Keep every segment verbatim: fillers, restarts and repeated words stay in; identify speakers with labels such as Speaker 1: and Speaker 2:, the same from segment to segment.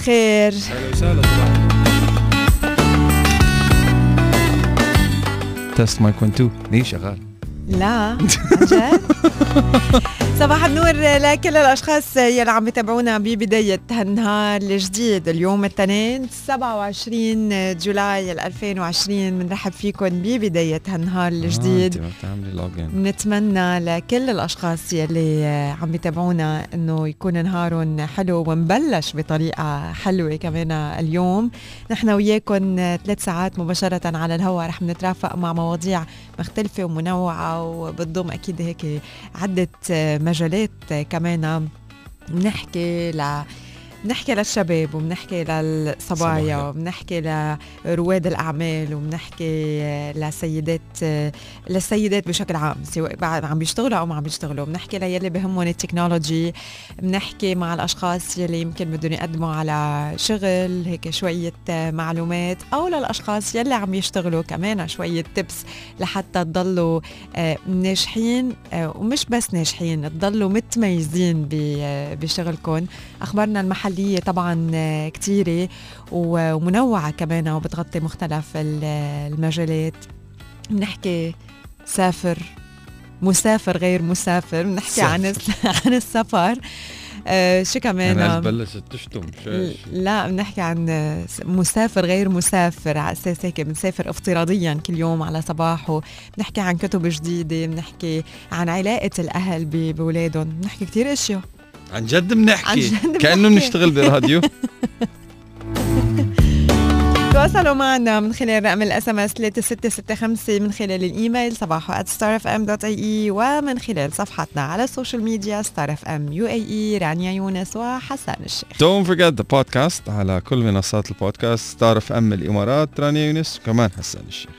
Speaker 1: الخير.
Speaker 2: اهلا وسهلا. تست مايك واحد اثنين ليه شغال؟
Speaker 1: لا عن جد. صباح النور لكل الأشخاص يلي عم يتابعونا ببداية هالنهار الجديد. اليوم الاثنين سبعة وعشرين جولاي ألفين وعشرين. بنرحب فيكم ببداية هالنهار الجديد. بنتمنى لكل الأشخاص يلي عم يتابعونا إنه يكون نهارهم حلو ونبلش بطريقة حلوة كمان اليوم. نحن وياكم ثلاث ساعات مباشرة على الهواء رح نترافق مع مواضيع مختلفة ومنوعة، وبتضم أكيد هيك عدة مجالات كمان. بنحكي ل بنحكي للشباب، وبنحكي للصبايا، وبنحكي لرواد الأعمال، وبنحكي لسيدات للسيدات بشكل عام سواء بعد عم بيشتغلوا أو ما عم بيشتغلوا. بنحكي ليلي بهمهم التكنولوجي، بنحكي مع الأشخاص يلي يمكن بدهم يقدموا على شغل هيك شوية معلومات، أو للأشخاص يلي عم يشتغلوا كمان شوية تبس لحتى تضلوا ناجحين، ومش بس ناجحين تضلوا متميزين بشغلكم. أخبارنا المحلية طبعا كتيرة ومنوعة كمان، وبتغطي مختلف المجالات. بنحكي سافر مسافر غير مسافر، بنحكي عن عن السفر. آه شو كمان
Speaker 2: أنا بلشت تشتم.
Speaker 1: لا بنحكي عن مسافر غير مسافر، على أساس هيك بنسافر افتراضيا كل يوم على صباحه. بنحكي عن كتب جديدة، بنحكي عن علاقة الأهل بولادهم، بنحكي كتير أشياء.
Speaker 2: عن جد بنحكي كأنه بنشتغل براديو.
Speaker 1: تواصلوا معنا من خلال رقم الاس ام اس ثلاثة ستة ستة خمسة، من خلال الايميل صباحو آت ستار إف إم دوت إي إي، ومن خلال صفحتنا على السوشيال ميديا ستار إف إم يو إيه إي. رانيا يونس وحسن الشيخ.
Speaker 2: Don't forget the podcast على كل منصات البودكاست، ستار إف إم الإمارات رانيا يونس، وكمان حسن الشيخ.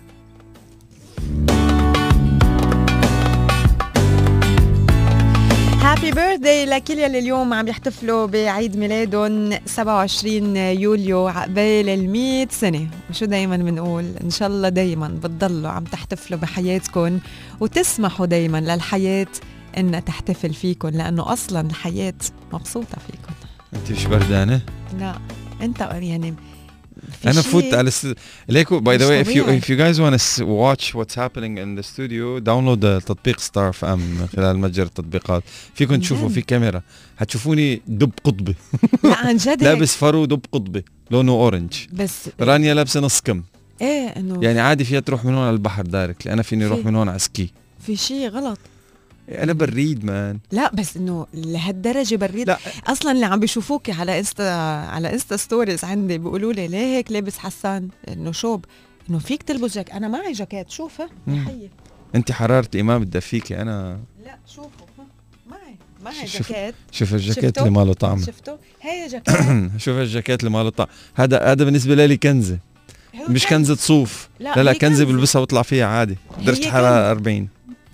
Speaker 1: هابي بيرثداي لكل يلي اليوم عم يحتفلوا بعيد ميلادهم سبعة وعشرين يوليو، عقبال المية سنة. وشو دايما بنقول إن شاء الله دايما بتضلوا عم تحتفلوا بحياتكم، وتسمحوا دايما للحياة إنها تحتفل فيكم، لأنه أصلا الحياة مبسوطة فيكم.
Speaker 2: أنت مش بردانة؟
Speaker 1: لا أنت يعني
Speaker 2: أنا فوت على س... ليكو by the way if you if you guys want to watch what's happening in the studio download تطبيق ستار إف إم من خلال متجر التطبيقات. فيكم تشوفوا في كاميرا، هتشوفوني دب قطبي.
Speaker 1: لا عن جد
Speaker 2: لابس فرو دب قطبي لونه أورنج،
Speaker 1: بس
Speaker 2: رانيا لابسة نص كم.
Speaker 1: إيه إنه
Speaker 2: يعني عادي فيها تروح من هون على البحر دايركت، أنا فيني أروح من هون على سكي.
Speaker 1: في شيء غلط؟
Speaker 2: أنا بريد مان.
Speaker 1: لا بس إنه لهالدرجة بريد؟
Speaker 2: لا.
Speaker 1: أصلاً اللي عم بيشوفوكي على إنستا على إنستا ستوريز عندي بيقولوا لي ليه هيك لابس حسان؟ إنه شوب إنه فيك تلبس جاكيت. أنا معي جاكيت شوفها حية.
Speaker 2: أنت حرارتي إمام بدفيكي أنا.
Speaker 1: لا شوفوا معي معي جاكيت.
Speaker 2: شوف الجاكيت اللي ماله طعم.
Speaker 1: شفتوا هي جاكيت.
Speaker 2: شوف الجاكيت اللي ماله طعم. هذا هذا بالنسبة لي كنزة، مش كنزة صوف. لا لا, لا كنزة بلبسها واطلع فيها عادي درجة حرارة أربعين.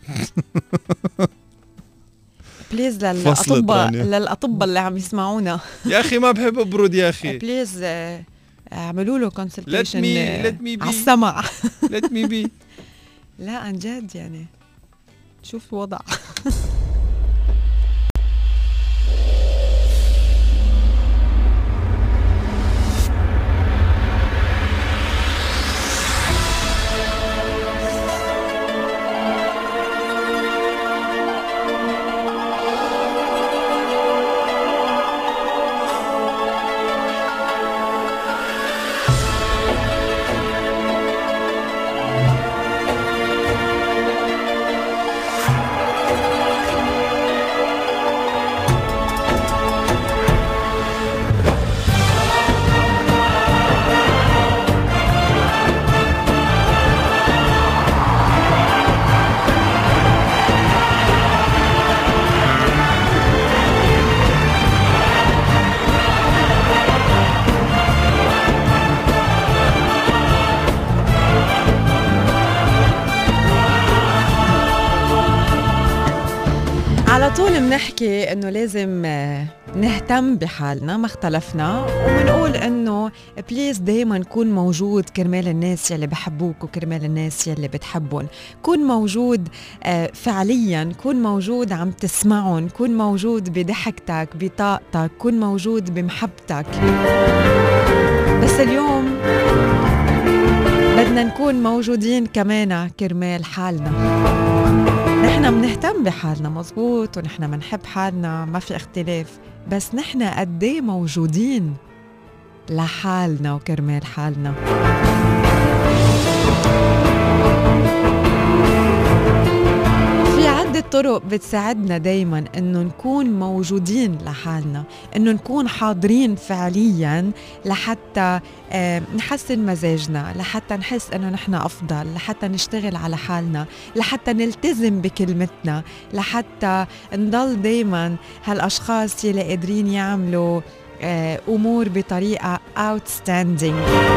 Speaker 1: بليز للأطباء للأطباء اللي عم يسمعونا.
Speaker 2: يا أخي ما بحب أبرد يا أخي.
Speaker 1: بليز اعملوا له كونسلتيشن
Speaker 2: على
Speaker 1: السمع.
Speaker 2: let me be.
Speaker 1: لا عن جد يعني شوف الوضع. على طول بنحكي انه لازم نهتم بحالنا، ما اختلفنا، وبنقول انه بليز دايما كون موجود كرمال الناس يلي بحبوك وكرمال الناس يلي بتحبون. كون موجود فعليا، كون موجود عم تسمعهم، كون موجود بضحكتك بطاقتك، كون موجود بمحبتك. بس اليوم بدنا نكون موجودين كمان كرمال حالنا. نحن منهتم بحالنا مزبوط، ونحن منحب حالنا، ما في اختلاف، بس نحن قديه موجودين لحالنا وكرمال حالنا. في عدة طرق بتساعدنا دايما انه نكون موجودين لحالنا، انه نكون حاضرين فعليا لحتى آه نحسن مزاجنا، لحتى نحس انه نحن افضل، لحتى نشتغل على حالنا، لحتى نلتزم بكلمتنا، لحتى نضل دايما هالاشخاص يلي قادرين يعملوا آه امور بطريقة outstanding.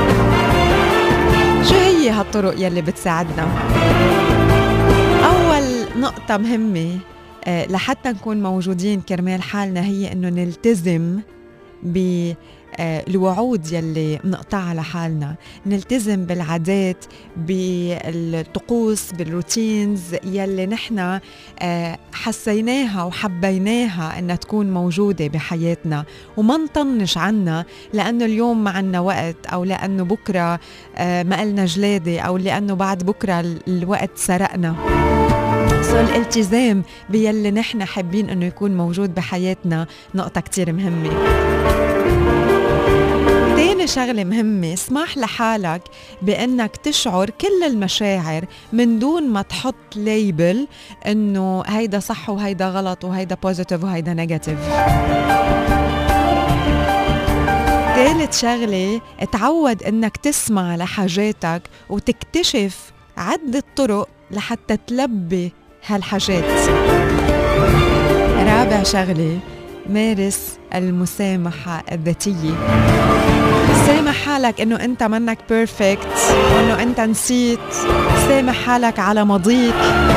Speaker 1: شو هي هالطرق يلي بتساعدنا؟ اول نقطة مهمة آه لحتى نكون موجودين كرمال حالنا هي انه نلتزم بالوعود يلي بنقطعها لحالنا، نلتزم بالعادات، بالطقوس، بالروتينز يلي نحن آه حسيناها وحبيناها انها تكون موجودة بحياتنا، وما نطنش عنها لانه اليوم ما عنا وقت، او لانه بكرة آه ما قلنا جلادة، او لانه بعد بكرة الوقت سرقنا. الالتزام بيلي نحن حابين انه يكون موجود بحياتنا نقطة كتير مهمة. تاني شغلة مهمة، اسمح لحالك بأنك تشعر كل المشاعر من دون ما تحط ليبل انه هيدا صح وهيدا غلط وهيدا بوزيتيف وهيدا نيجاتيف. ثالث شغلة، اتعود انك تسمع لحاجاتك وتكتشف عدة طرق لحتى تلبي هالحاجات. رابع شغلة، مارس المسامحة الذاتية. سامح حالك انه انت منك بيرفكت، وانه انت نسيت. سامح حالك على ماضيك.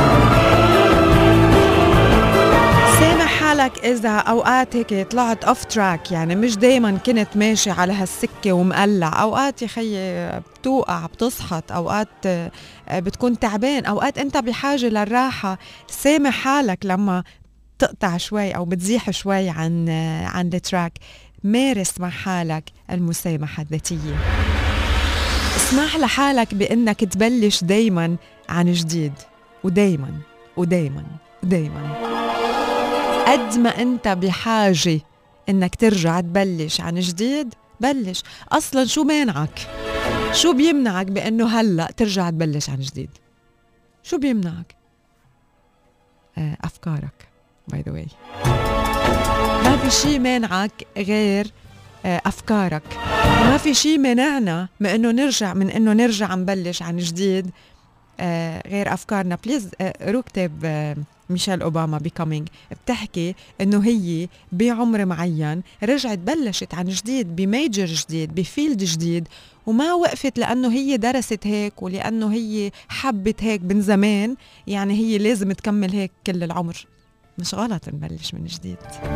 Speaker 1: سامح حالك اذا اوقات هيك طلعت اوف تراك، يعني مش دايما كنت ماشي على هالسكة ومقلع. اوقات يا خيي بتوقع، بتصحط، اوقات بتكون تعبان، اوقات انت بحاجة للراحة. سامح حالك لما تقطع شوي او بتزيح شوي عن عن التراك. مارس مع حالك المسامحة الذاتية. اسمح لحالك بانك تبلش دايما عن جديد، ودايما ودايما ودايما قد ما انت بحاجة انك ترجع تبلش عن جديد بلش. اصلا شو مانعك؟ شو بيمنعك بانه هلأ ترجع تبلش عن جديد؟ شو بيمنعك؟ آه افكارك by the way. ما في شي مانعك غير آه افكارك، وما في شي منعنا من انه نرجع من انه نرجع نبلش عن جديد آه غير افكارنا. بليز آه رو كتاب آه ميشيل أوباما بيكامينج، بتحكي إنه هي بعمر معين رجعت بلشت عن جديد بميجر جديد بفيلد جديد، وما وقفت لأنه هي درست هيك ولأنه هي حبت هيك من زمان، يعني هي لازم تكمل هيك كل العمر. مش غلط نبلش من جديد.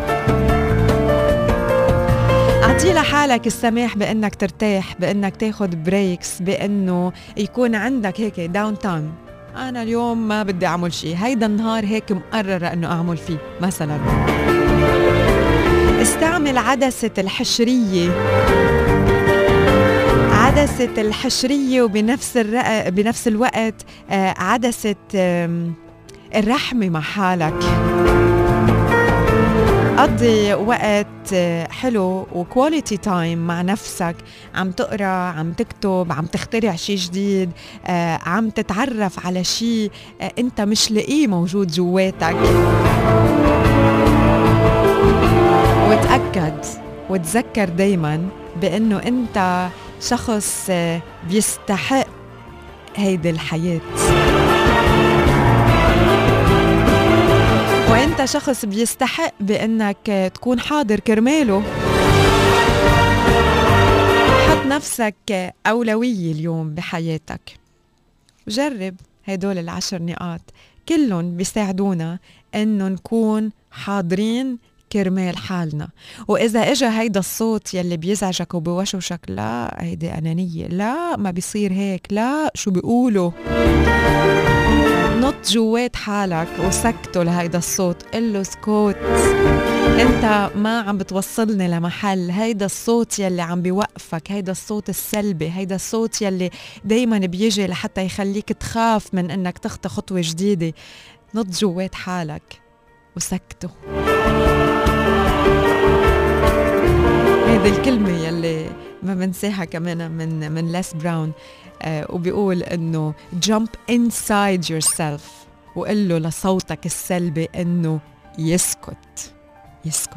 Speaker 1: أعطي لحالك السماح بأنك ترتاح، بأنك تاخد بريكس، بأنه يكون عندك هيك داون تايم. أنا اليوم ما بدي أعمل شيء، هيدا النهار هيك مقررة أنه أعمل فيه مثلا. استعمل عدسة الحشرية، عدسة الحشرية، وبنفس الرق... بنفس الوقت آه عدسة آه الرحمة مع حالك. قضي وقت حلو وكواليتي تايم مع نفسك، عم تقرأ، عم تكتب، عم تخترع شي جديد، آه، عم تتعرف على شي آه، انت مش لاقيه موجود جواتك. وتأكد وتذكر دايما بأنه انت شخص آه، بيستحق هيدي الحياة، وانت شخص بيستحق بانك تكون حاضر كرماله. حط نفسك أولوية اليوم بحياتك. جرب هدول العشر نقاط، كلهم بيساعدونا انه نكون حاضرين كرمال حالنا. وإذا إجا هيدا الصوت يلي بيزعجك وبوشوشك، لا هيدي أنانية، لا ما بيصير هيك، لا شو بيقولوا، نط جوات حالك وسكتوا لهيدا الصوت، قل له اسكت، انت ما عم بتوصلني لمحل. هيدا الصوت يلي عم بيوقفك، هيدا الصوت السلبي، هيدا الصوت يلي دايما بيجي لحتى يخليك تخاف من انك تخطي خطوة جديدة. نط جوات حالك وسكتوا. هيدي الكلمة يلي ما بنساها كمان من من ليس براون، آه وبيقول انه jump inside yourself، وقل له لصوتك السلبي انه يسكت يسكت.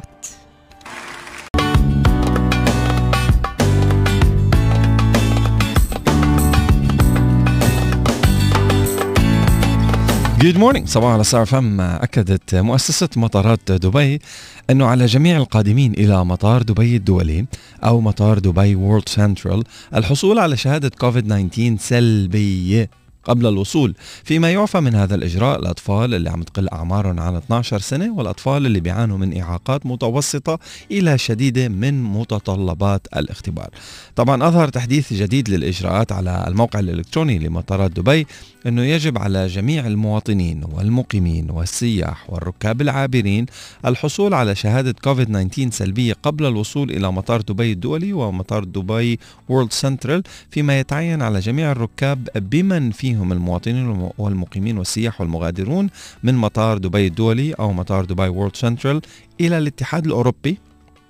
Speaker 2: Good morning. صباح على ستار إف إم. أكدت مؤسسة مطارات دبي أنه على جميع القادمين إلى مطار دبي الدولي أو مطار دبي وورلد سنترال الحصول على شهادة كوفيد تسعة عشر سلبية قبل الوصول، فيما يعفى من هذا الإجراء الأطفال اللي عم تقل أعمارهم عن اثني عشر سنة والأطفال اللي بيعانوا من إعاقات متوسطة إلى شديدة من متطلبات الاختبار. طبعا أظهر تحديث جديد للإجراءات على الموقع الإلكتروني لمطارات دبي أنه يجب على جميع المواطنين والمقيمين والسياح والركاب العابرين الحصول على شهادة كوفيد تسعة عشر سلبية قبل الوصول إلى مطار دبي الدولي ومطار دبي وورلد سنترال، فيما يتعين على جميع الركاب بمن فيهم المواطنين والمقيمين والسياح والمغادرون من مطار دبي الدولي أو مطار دبي وورلد سنترال إلى الاتحاد الأوروبي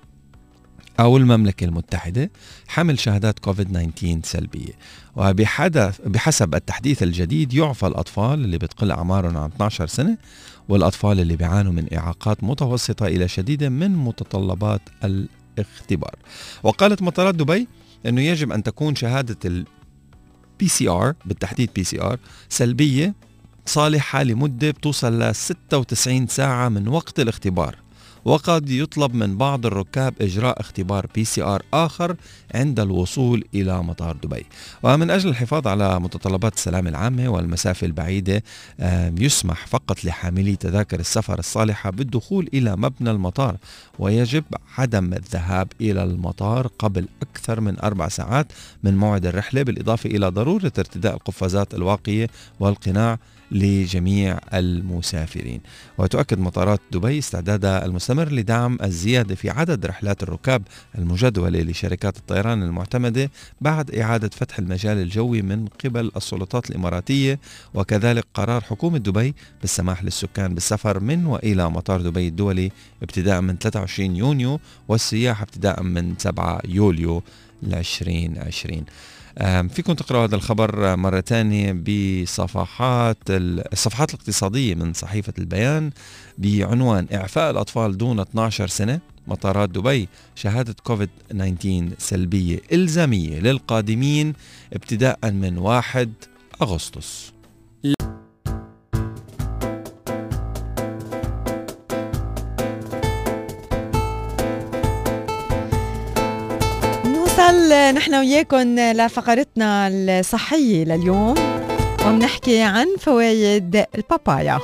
Speaker 2: أو المملكة المتحدة حمل شهادات كوفيد تسعة عشر سلبية. وبحسب التحديث الجديد يعفى الأطفال اللي بتقل أعمارهم عن اثني عشر سنة والأطفال اللي بيعانوا من إعاقات متوسطة إلى شديدة من متطلبات الاختبار. وقالت مطارات دبي أنه يجب أن تكون شهادة ال بي سي آر بالتحديد بي سي آر سلبية صالحة لمدة بتوصل ل ستة وتسعين ساعة من وقت الاختبار، وقد يطلب من بعض الركاب إجراء اختبار بي سي آر آخر عند الوصول إلى مطار دبي. ومن أجل الحفاظ على متطلبات السلامة العامة والمسافة البعيدة يسمح فقط لحاملي تذاكر السفر الصالحة بالدخول إلى مبنى المطار، ويجب عدم الذهاب إلى المطار قبل أكثر من أربع ساعات من موعد الرحلة، بالإضافة إلى ضرورة ارتداء القفازات الواقية والقناع لجميع المسافرين. وتؤكد مطارات دبي استعدادها المستمر لدعم الزيادة في عدد رحلات الركاب المجدولة لشركات الطيران المعتمدة بعد إعادة فتح المجال الجوي من قبل السلطات الإماراتية، وكذلك قرار حكومة دبي بالسماح للسكان بالسفر من وإلى مطار دبي الدولي ابتداء من ثلاثة وعشرين يونيو والسياح ابتداء من سبعة يوليو عشرين عشرين. فيكم تقرأوا هذا الخبر مرة تانية بصفحات الصفحات الاقتصادية من صحيفة البيان بعنوان إعفاء الأطفال دون اثني عشر سنة، مطارات دبي شهادة كوفيد تسعة عشر سلبية إلزامية للقادمين ابتداء من واحد أغسطس.
Speaker 1: نحن وياكم لفقرتنا الصحية لليوم، ومنحكي عن فوائد البابايا.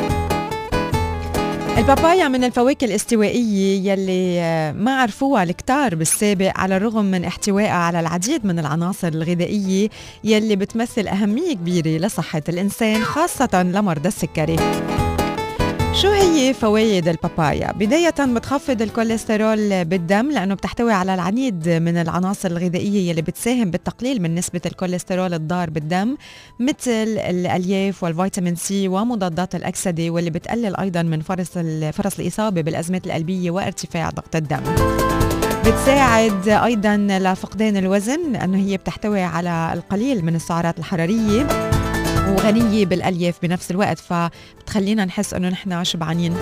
Speaker 1: البابايا من الفواكه الاستوائية يلي ما عرفوها الكتار بالسابق، على الرغم من احتوائها على العديد من العناصر الغذائية يلي بتمثل أهمية كبيرة لصحة الإنسان، خاصة لمرضى السكري. شو هي فوائد البابايا؟ بداية بتخفض الكوليسترول بالدم لأنه بتحتوي على العديد من العناصر الغذائية اللي بتساهم بالتقليل من نسبة الكوليسترول الضار بالدم، مثل الألياف والفيتامين سي ومضادات الأكسدة، واللي بتقلل أيضا من فرص فرص الإصابة بالأزمات القلبية وارتفاع ضغط الدم. بتساعد أيضا لفقدان الوزن لأنه هي بتحتوي على القليل من السعرات الحرارية وغنية بالألياف بنفس الوقت، فبتخلينا نحس أنه نحن شبعانين.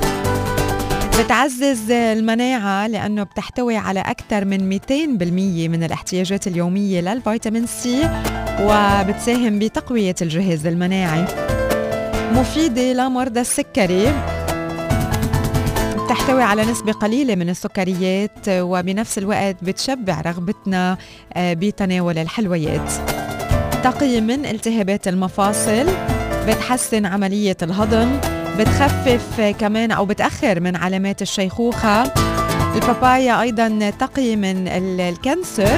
Speaker 1: بتعزز المناعة لأنه بتحتوي على أكثر من مئتين بالمئة من الاحتياجات اليومية للفيتامين سي، وبتساهم بتقوية الجهاز المناعي. مفيدة لمرضى السكري، بتحتوي على نسبة قليلة من السكريات، وبنفس الوقت بتشبع رغبتنا بتناول الحلويات. تقي من التهابات المفاصل، بتحسن عملية الهضم، بتخفف كمان أو بتأخر من علامات الشيخوخة. البابايا أيضا تقي من الكانسر.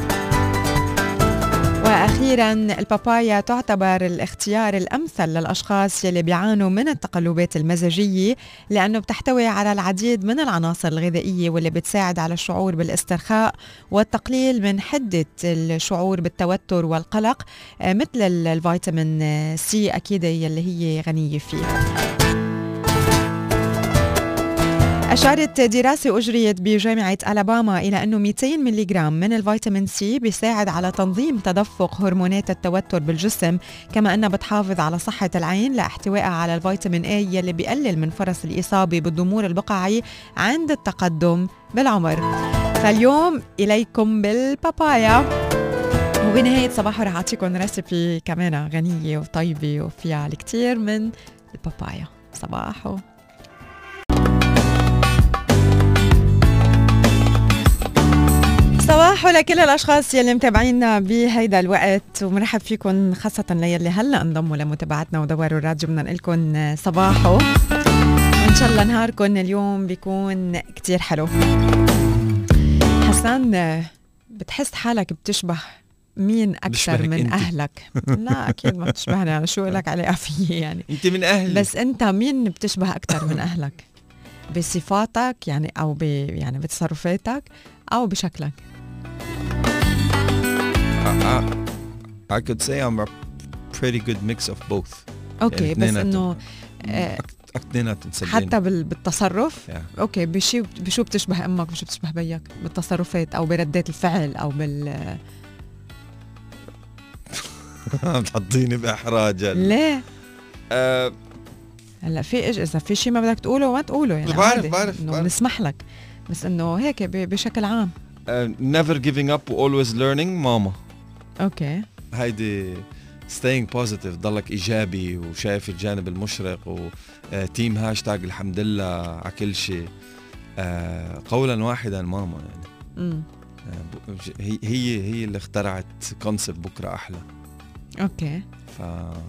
Speaker 1: وأخيراً البابايا تعتبر الاختيار الأمثل للأشخاص يلي بيعانوا من التقلبات المزاجية، لأنه بتحتوي على العديد من العناصر الغذائية واللي بتساعد على الشعور بالاسترخاء والتقليل من حدة الشعور بالتوتر والقلق، مثل الفيتامين سي أكيد يلي هي غنية فيه. أشارت دراسة أجريت بجامعة ألاباما إلى أنه مئتين ملغرام من الفيتامين سي بيساعد على تنظيم تدفق هرمونات التوتر بالجسم، كما أنها بتحافظ على صحة العين لاحتوائها على الفيتامين A يلي بيقلل من فرص الإصابة بالضمور البقعي عند التقدم بالعمر. فاليوم إليكم بالبابايا. وبنهاية صباحه رح أعطيكم ريسيبي كمان غنية وطيبة وفيها الكثير من البابايا. صباحو صباحو لكل الأشخاص يلي متابعينا بهيدا الوقت، ومرحب فيكم خاصة ليلي هلأ انضموا لمتابعتنا ودوروا الراديو. بدنا نقول لكم صباحو، وإن شاء الله نهاركم اليوم بيكون كتير حلو. حسان، بتحس حالك بتشبه مين أكثر من انت. أهلك؟ لا أكيد ما بتشبهني، أنا شو لك على فيي يعني.
Speaker 2: أنت من أهلي،
Speaker 1: بس أنت مين بتشبه أكثر من أهلك؟ بصفاتك يعني، أو ب يعني بتصرفاتك، أو بشكلك؟
Speaker 2: I, I could say I'm a pretty good mix of both.
Speaker 1: اوكي يعني بس انه
Speaker 2: اثنيناتهم سلبين
Speaker 1: حتى بالتصرف.
Speaker 2: yeah.
Speaker 1: اوكي بشي بشو بتشبه امك وشو بتشبه بيك بالتصرفات او بردات الفعل او بال
Speaker 2: بتحطيني باحراج.
Speaker 1: ليه؟
Speaker 2: أه
Speaker 1: هلا في إج... اذا في شيء ما بدك تقوله ما تقوله يعني.
Speaker 2: بعرف بعرف
Speaker 1: انه بنسمح لك، بس انه هيك بشكل عام.
Speaker 2: uh, never giving up always learning ماما.
Speaker 1: اوكي
Speaker 2: هيدي staying positive، ضلك ايجابي وشايف الجانب المشرق، وتيم هاشتاج الحمد لله على كل شيء. آه قولا واحدا ماما يعني.
Speaker 1: امم
Speaker 2: آه هي هي هي اللي اخترعت كونسبت بكره احلى.
Speaker 1: اوكي
Speaker 2: ف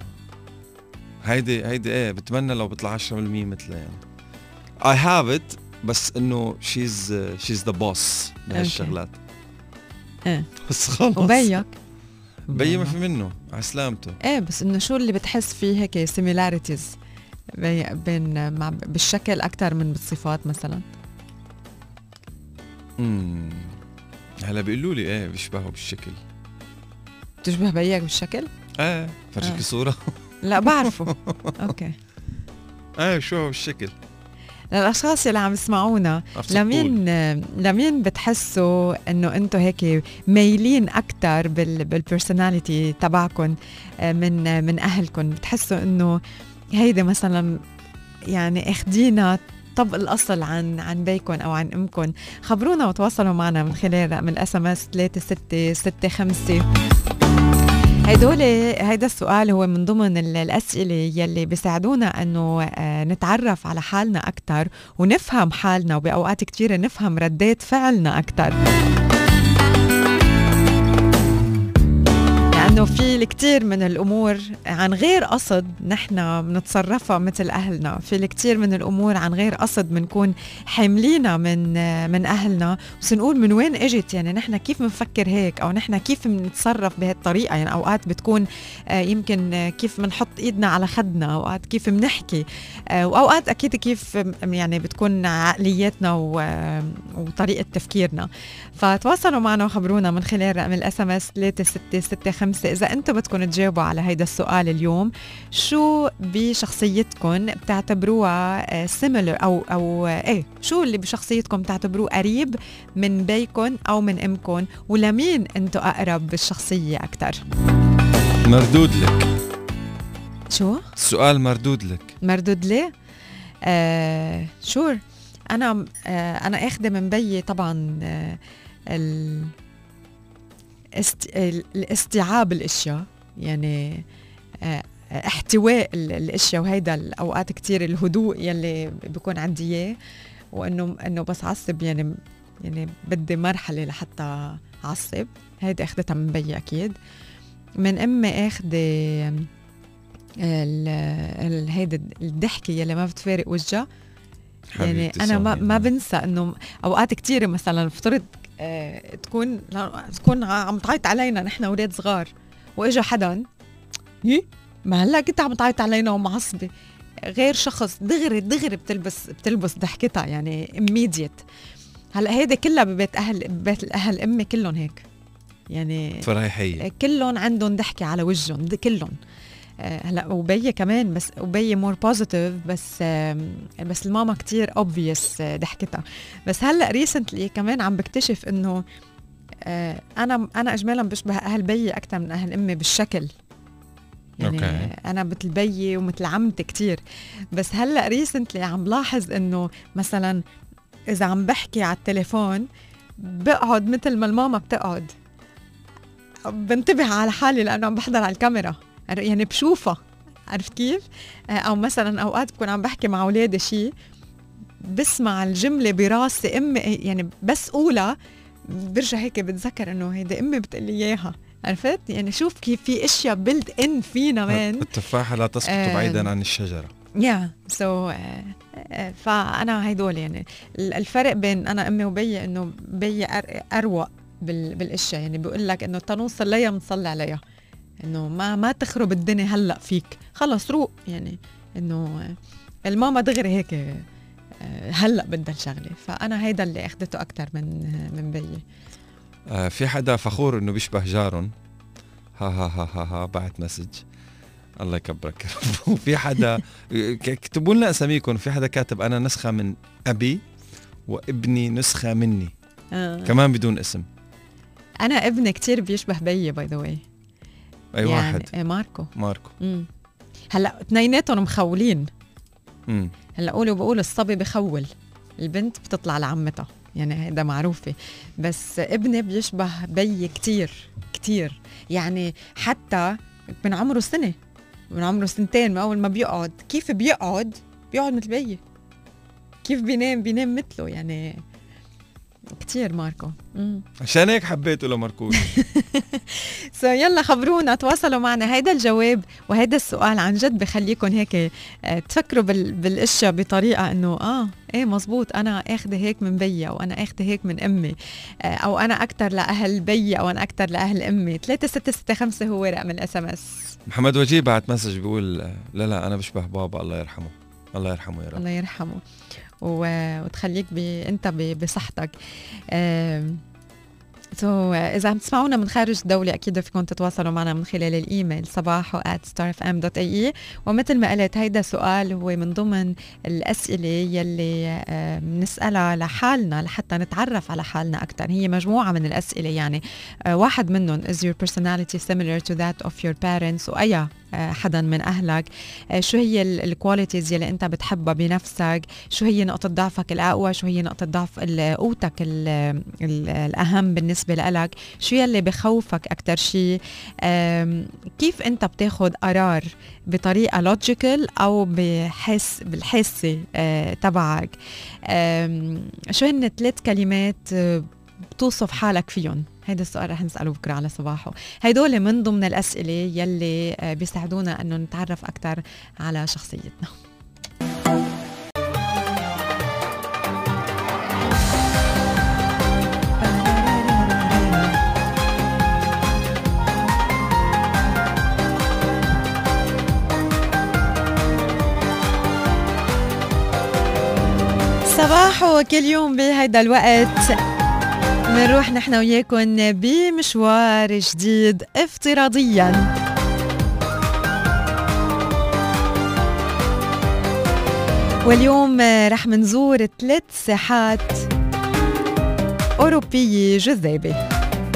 Speaker 2: هيدي هيدي ايه بتمنى لو بطلع عشرة بالمية مثلها يعني. I have it، بس انه she's uh, she's the boss بهالشغلات.
Speaker 1: ايه
Speaker 2: بس خلص.
Speaker 1: وبيك
Speaker 2: بيي ما في منه على سلامته.
Speaker 1: ايه بس انه شو اللي بتحس فيه هيك similarities بين مع بالشكل اكثر من بالصفات مثلا؟
Speaker 2: امم هلا بيقولوا لي ايه بيشبهوا بالشكل.
Speaker 1: بتشبه بيك بالشكل؟
Speaker 2: ايه فرجيكي آه. صورة.
Speaker 1: لا بعرفه. اوكي
Speaker 2: ايه شو بالشكل.
Speaker 1: للأشخاص اللي عم يسمعونا، لمين لمين بتحسوا انه انتم هيك مايلين اكثر بالبرسوناليتي تبعكم من من اهلكم؟ بتحسوا انه هيدا مثلا يعني اخدينا طب الأصل عن عن بيكم أو عن أمكم؟ خبرونا وتواصلوا معنا من خلال رقم الاس ام اس ثلاثة ستة ستة خمسة. هيدول هيدا السؤال هو من ضمن الأسئلة يلي بيساعدونا أنه نتعرف على حالنا أكتر ونفهم حالنا، وبأوقات كتيرة نفهم ردات فعلنا أكتر، لأنه في الكثير من الأمور عن غير قصد نحن بنتصرفها مثل أهلنا، في الكثير من الأمور عن غير قصد بنكون حاملينا من من أهلنا، بس نقول من وين إجت يعني نحن كيف بنفكر هيك، أو نحن كيف بنتصرف بهالطريقة. يعني أوقات بتكون يمكن كيف بنحط إيدنا على خدنا، أوقات كيف بنحكي، وأوقات أكيد كيف يعني بتكون عقليتنا وطريقة تفكيرنا. فتواصلوا معنا وخبرونا من خلال رقم الاس ام اس ثلاثة ستة ستة خمسة إذا أنتم بدكم تجاوبوا على هيدا السؤال اليوم. شو بشخصيتكم بتعتبروها سيميلر أو أو إيه شو اللي بشخصيتكم بتعتبروه قريب من بيكم أو من أمكم، ولمين أنتم أقرب بالشخصية أكتر؟
Speaker 2: مردود لك.
Speaker 1: شو؟
Speaker 2: السؤال مردود لك.
Speaker 1: مردود ليه؟ آه شور أنا آه أنا أخذ من بيي طبعا آه ال است... الاستيعاب الاشياء، يعني احتواء الاشياء، وهيدا الاوقات كتير الهدوء يلي بيكون عندي اياه، وانه انه بس عصب يعني يعني بدي مرحله لحتى اعصب. هيدي اخذتها من بيي اكيد. من امي اخذ هيدا الضحكة يلي ما بتفارق وجهها. يعني أنا ما, ما بنسى إنه أوقات كتير مثلا افترض اه تكون تكون عم تعيط علينا نحن أولاد صغار وإجا حدا يي ما هلا كنت عم تعيط علينا ومعصبة، غير شخص دغري دغري بتلبس بتلبس ضحكتها يعني immediate. هلا هيدا كلها ببيت أهل ببيت الأهل أمي كلهم هيك يعني
Speaker 2: فريحية
Speaker 1: كلهم عندهم ضحكة على وجههم كلهم. هلا وبي كمان بس وبي مور بوزيتيف بس بس الماما كتير اوبفيوس ضحكتها. بس هلا ريسنتلي كمان عم بكتشف انه انا انا اجمالا بشبه اهل بي اكثر من اهل امي بالشكل يعني أوكي. انا مثل بيي ومثل عمتي كتير. بس هلا ريسنتلي عم لاحظ انه مثلا اذا عم بحكي على التليفون بقعد مثل ما الماما بتقعد، بنتبه على حالي لانه عم بحضر على الكاميرا يعني بشوفها، عرفت كيف؟ او مثلا اوقات بكون عم بحكي مع اولادي شيء بسمع الجمله براسي امي يعني بس اولى برجع هيك بتذكر انه هيدا امي بتقول لي اياها، عرفت؟ يعني شوف كيف في اشياء بيلد ان فينا مان.
Speaker 2: التفاحه لا تسقط آه بعيدا عن الشجره.
Speaker 1: يا yeah. سو so, uh, فانا هيدول يعني الفرق بين انا امي وبي انه بي اروق بالاشياء، يعني بيقول لك انه تنوصل ليا بنصلي عليها، انه ما ما تخرب الدنيا هلا فيك خلص روق. يعني انه الماما دغري هيك هلا بدها الشغله، فانا هيدا اللي اخذته اكثر من من بي.
Speaker 2: آه في حدا فخور انه بيشبه جارن، ها ها ها ها, ها بعت مسج الله يكبرك. وفي حدا اكتبوا لنا اساميكم، في حدا كاتب انا نسخه من ابي وابني نسخه مني آه. كمان بدون اسم.
Speaker 1: انا ابني كتير بيشبه بي باي ذا واي.
Speaker 2: اي
Speaker 1: يعني
Speaker 2: واحد؟
Speaker 1: ماركو.
Speaker 2: ماركو.
Speaker 1: امم هلا اثنيناتهم مخولين.
Speaker 2: امم
Speaker 1: هلا قولوا بقول الصبي بخول، البنت بتطلع لعمتها، يعني هيدا معروفه. بس ابني بيشبه بي كتير كتير، يعني حتى من عمره سنه من عمره سنتين من اول ما بيقعد كيف بيقعد بيقعد مثل بي، كيف بينام بينام مثله، يعني كتير ماركو. مم.
Speaker 2: عشان هيك حبيته لماركوش.
Speaker 1: سو يلا خبرونا، تواصلوا معنا. هيدا الجواب وهيدا السؤال عن جد بخليكم هيك تفكروا بالاشياء بطريقه انه اه ايه مزبوط انا اخذه هيك من بي او انا اخذه هيك من امي او انا اكثر لاهل بي او انا اكثر لاهل امي. ثلاثة ستة ستة خمسة هو رقم الاس ام اس.
Speaker 2: محمد وجيه بعت مسج بيقول لا لا انا بشبه بابا الله يرحمه. الله يرحمه يا رب.
Speaker 1: الله يرحمه وتخليك بي انت بصحتك. سو so, إذا عم تسمعونا من خارج الدولة أكيد فيكم تتواصلوا معنا من خلال الإيميل صباحو at star f m dot a e. ومثل ما قلت هيدا سؤال هو من ضمن الأسئلة يلي بنسألها لحالنا لحتى نتعرف على حالنا أكتر. هي مجموعة من الأسئلة، يعني واحد منهم is your personality similar to that of your parents؟ وأي حدا من أهلك. شو هي الكواليتيز يلي أنت بتحبها بنفسك؟ شو هي نقطة ضعفك الأقوى؟ شو هي نقطة ضعف قوتك الأهم بالنسبة لك؟ شو يلي بخوفك أكتر شيء؟ كيف أنت بتاخد قرار بطريقة لوجيكال أو بحس بالحاسة تبعك؟ شو هن ثلاث كلمات بتوصف حالك فيهم؟ هيدا السؤال رح نسأله بكرة على صباحه. هيدول من ضمن الأسئلة يلي بيساعدونا أنه نتعرف أكتر على شخصيتنا. صباحو كل يوم بهيدا الوقت منروح نحن وياكم بمشوار جديد افتراضيا. واليوم رح منزور ثلاث ساحات أوروبية جذابة.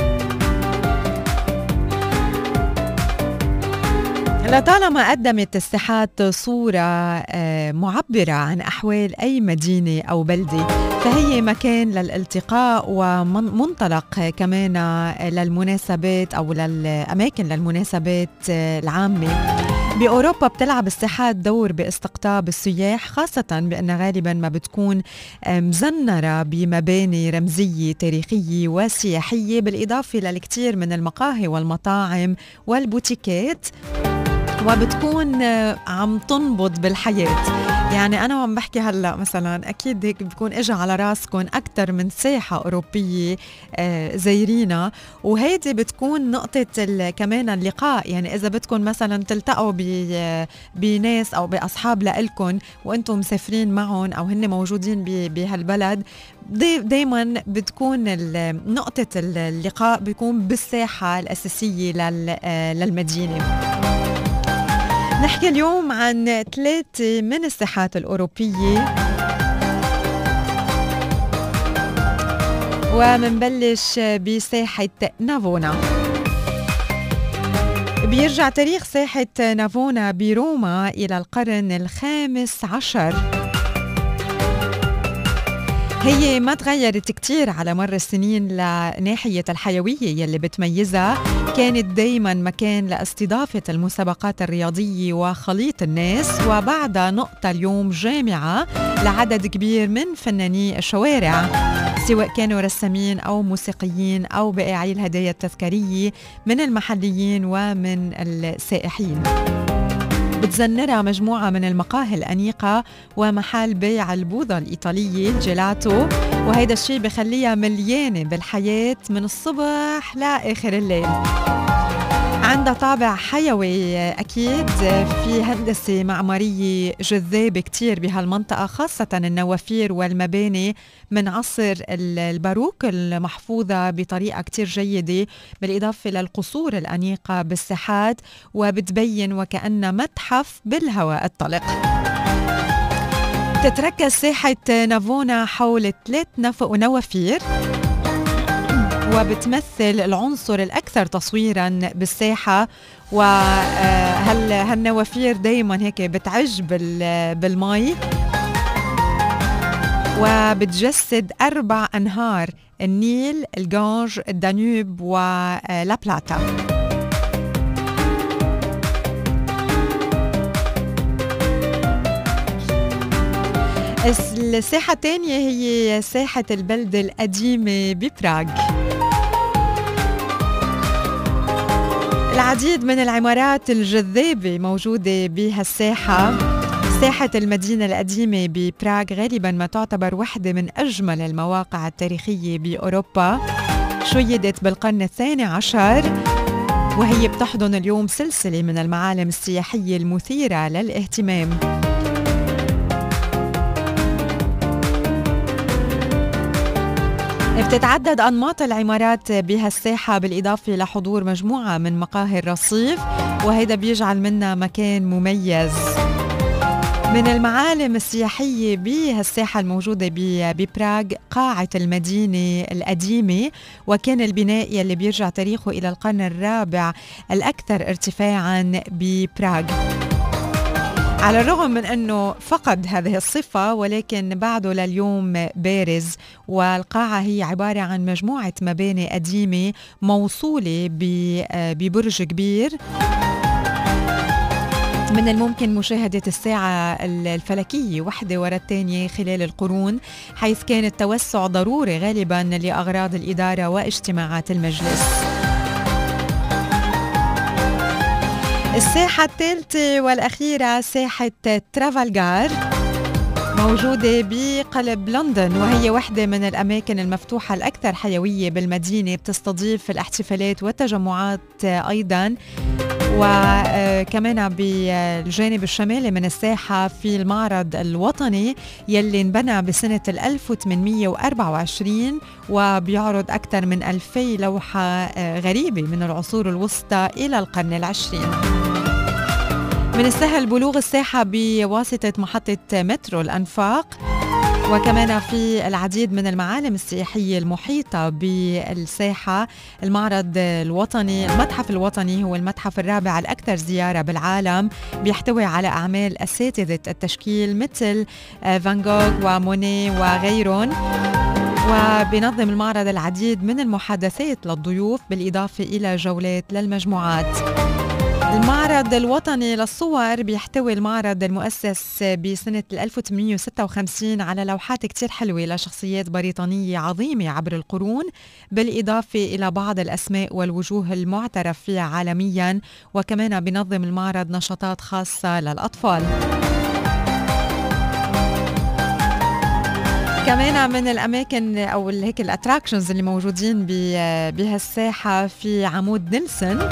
Speaker 1: لطالما قدمت الساحات صورة معبرة عن أحوال أي مدينة أو بلدة، فهي مكان للالتقاء ومنطلق كمان للمناسبات أو للأماكن للمناسبات العامة. بأوروبا بتلعب الساحات دور باستقطاب السياح، خاصة بأن غالبا ما بتكون مزنرة بمباني رمزية تاريخية وسياحية، بالإضافة للكثير من المقاهي والمطاعم والبوتيكات. وبتكون عم تنبض بالحياة. يعني أنا وعم بحكي هلأ مثلا أكيد هيك بيكون إجا على راسكم أكتر من ساحة أوروبية زيرينا، وهيدي بتكون نقطة كمان اللقاء. يعني إذا بدكم مثلا تلتقوا بناس أو بأصحاب لإلكم وأنتم مسافرين معهم أو هن موجودين بهالبلد، دي دايما بتكون نقطة اللقاء بيكون بالساحة الأساسية للمدينة. نحكي اليوم عن ثلاثة من الساحات الأوروبية، ومنبلش بساحة نافونا. بيرجع تاريخ ساحة نافونا بروما إلى القرن الخامس عشر. هي ما تغيرت كتير على مر السنين لناحية الحيوية يلي بتميزها، كانت دايما مكان لاستضافة المسابقات الرياضية وخليط الناس، وبعدها نقطة اليوم جامعة لعدد كبير من فناني الشوارع، سواء كانوا رسامين أو موسيقيين أو بائعي الهدايا التذكارية من المحليين ومن السائحين. بتزنرها مجموعة من المقاهي الأنيقة ومحال بيع البوظة الإيطالية الجيلاتو، وهيدا الشيء بخليها مليانة بالحياة من الصبح لآخر الليل. عندها طابع حيوي أكيد، في هندسة معمارية جذابة كتير بهالمنطقة، خاصة النوافير والمباني من عصر الباروك المحفوظة بطريقة كتير جيدة، بالإضافة للقصور الأنيقة بالساحات، وبتبين وكأن متحف بالهواء الطلق. تتركز ساحة نافونا حول ثلاث نوافير، وبتمثل العنصر الأكثر تصويراً بالساحة، وهالنوافير دايماً هيك بتعج بالماء، وبتجسد أربع أنهار: النيل، الغانج، الدانوب ولا بلاتا. الساحة الثانية هي ساحة البلدة القديمة ببراغ. العديد من العمارات الجذابة موجودة بهالساحة. ساحة المدينة القديمة ببراغ غالباً ما تعتبر واحدة من أجمل المواقع التاريخية بأوروبا، شيدت بالقرن الثاني عشر، وهي بتحضن اليوم سلسلة من المعالم السياحية المثيرة للاهتمام. بتتعدد أنماط العمارات بهالساحة، بالإضافة لحضور مجموعة من مقاهي الرصيف، وهذا بيجعل منها مكان مميز. من المعالم السياحية بهالساحة الموجودة ببراغ قاعة المدينة القديمة، وكان البناء يلي بيرجع تاريخه إلى القرن الرابع الأكثر ارتفاعاً ببراغ. على الرغم من أنه فقد هذه الصفة، ولكن بعده لليوم بارز، والقاعة هي عبارة عن مجموعة مباني قديمة موصولة ببرج كبير. من الممكن مشاهدة الساعة الفلكية واحدة وراء الثانية خلال القرون، حيث كان التوسع ضروري غالباً لأغراض الإدارة واجتماعات المجلس. الساحة الثالثة والأخيرة ساحة ترافالغار، موجودة بقلب لندن، وهي واحدة من الأماكن المفتوحة الأكثر حيوية بالمدينة، بتستضيف الاحتفالات والتجمعات أيضاً. وكمان بالجانب الشمالي من الساحة في المعرض الوطني يلي انبنى بسنة ألف وثمانمية وأربعة وعشرين، وبيعرض أكثر من ألفي لوحة غريبة من العصور الوسطى إلى القرن العشرين. من السهل بلوغ الساحة بواسطة محطة مترو الأنفاق، وكمان في العديد من المعالم السياحية المحيطة بالساحة. المعرض الوطني، المتحف الوطني هو المتحف الرابع الأكثر زيارة بالعالم، بيحتوي على أعمال أساتذة التشكيل مثل فان غوغ وموني وغيرهم، وبينظم المعرض العديد من المحادثات للضيوف بالإضافة إلى جولات للمجموعات. المعرض الوطني للصور بيحتوي المعرض المؤسس بسنة ألف وثمانمئة وستة وخمسين على لوحات كتير حلوة لشخصيات بريطانية عظيمة عبر القرون، بالإضافة إلى بعض الأسماء والوجوه المعترف فيها عالميا، وكمان بينظم المعرض نشاطات خاصة للأطفال. كمان من الأماكن أو هيك الأتراكشنز اللي موجودين بهالساحة في عمود نيلسون،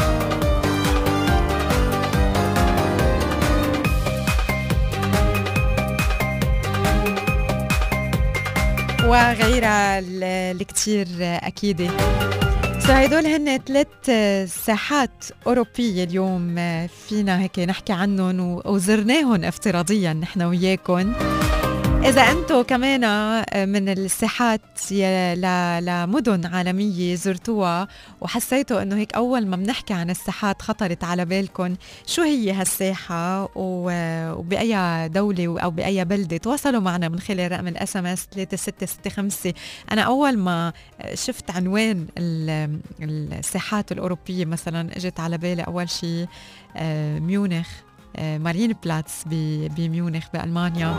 Speaker 1: وغيرها الكتير أكيدة. هيدول هن ثلاث ساحات أوروبية اليوم فينا هيك نحكي عنهم وزرناهم افتراضيا نحن وياكم. إذا أنتم كمان من الساحات لمدن عالمية زرتوها وحسيتوا أنه هيك أول ما بنحكي عن الساحات خطرت على بالكم شو هي هالساحة وبأي دولة أو بأي بلدة، تواصلوا معنا من خلال رقم الاس ام اس ثلاثة ستة ستة خمسة. أنا أول ما شفت عنوان الساحات الأوروبية مثلا اجت على بالي أول شيء ميونخ، مارين بلاتس بميونخ بألمانيا،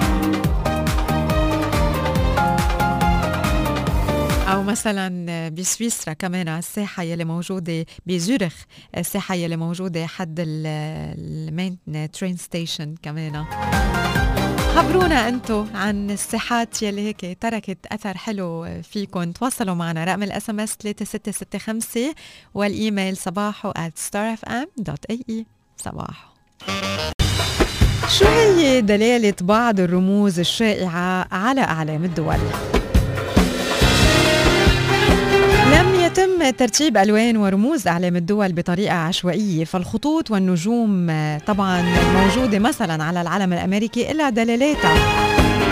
Speaker 1: أو مثلا بسويسرا كمان الساحة يلي موجودة بزورخ، الساحة يلي موجودة حد المين ترين ستيشن كمان. خبرونا أنتو عن الساحات يلي هيك تركت أثر حلو فيكن. تواصلوا معنا رقم الاس ام اس ثلاثة ستة ستة خمسة والإيميل صباحو at star f m dot a e. صباحو. شو هي دلالة بعض الرموز الشائعة على أعلام الدول؟ لم يتم ترتيب ألوان ورموز أعلام الدول بطريقة عشوائية، فالخطوط والنجوم طبعا موجودة مثلا على العلم الأمريكي إلا دلالاتها.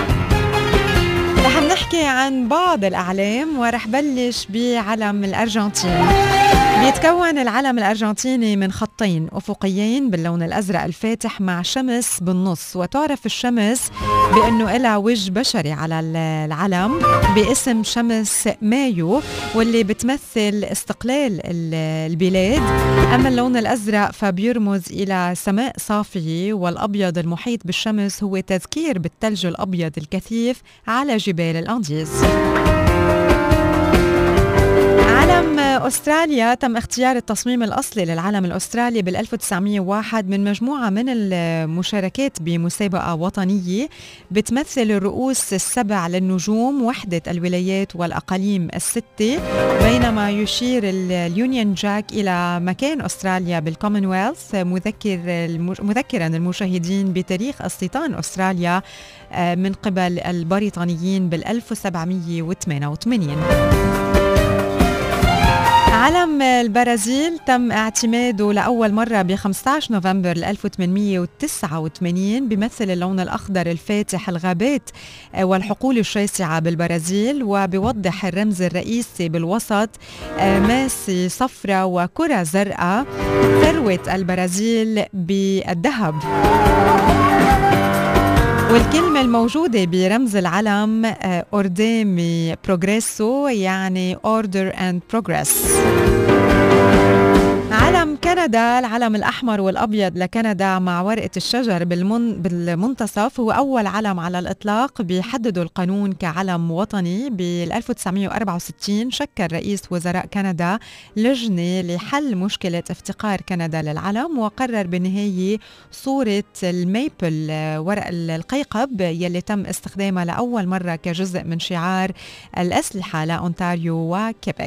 Speaker 1: رح نحكي عن بعض الأعلام ورح بلش بعلم الأرجنتين. بيتكون العلم الأرجنتيني من خطين أفقيين باللون الأزرق الفاتح مع شمس بالنص، وتعرف الشمس بأنه إلها وجه بشري على العلم باسم شمس مايو واللي بتمثل استقلال البلاد. أما اللون الأزرق فبيرمز إلى سماء صافية، والأبيض المحيط بالشمس هو تذكير بالثلج الأبيض الكثيف على جبال الأنديز. علم أستراليا تم اختيار التصميم الأصلي للعلم الأسترالي بالألف وتسعمئة وواحد من مجموعة من المشاركات بمسابقة وطنية بتمثل الرؤوس السبع للنجوم وحدة الولايات والأقاليم الستة، بينما يشير اليونيون جاك إلى مكان أستراليا بالكومنولث، مذكر مذكرا المشاهدين بتاريخ استيطان أستراليا من قبل البريطانيين بالألف وسبعمئة وثمانية وثمانين. علم البرازيل تم اعتماده لأول مرة ب خمسة عشر نوفمبر ألف وثمانمئة وتسعة وثمانين، بيمثل اللون الأخضر الفاتح الغابات والحقول الشاسعة بالبرازيل، وبيوضح الرمز الرئيسي بالوسط ماسي صفراء وكرة زرقاء، ثروة البرازيل بالذهب. والكلمة الموجودة برمز العلم أورديمي بروغريسو يعني Order and Progress. علم كندا العلم الأحمر والأبيض لكندا مع ورقة الشجر بالمن... بالمنتصف هو أول علم على الإطلاق بيحدده القانون كعلم وطني. بال ألف وتسعمئة وأربعة وستين شكل رئيس وزراء كندا لجنة لحل مشكلة افتقار كندا للعلم، وقرر بالنهاية صورة الميبل ورق القيقب يلي تم استخدامها لأول مرة كجزء من شعار الأسلحة لأونتاريو وكيبك.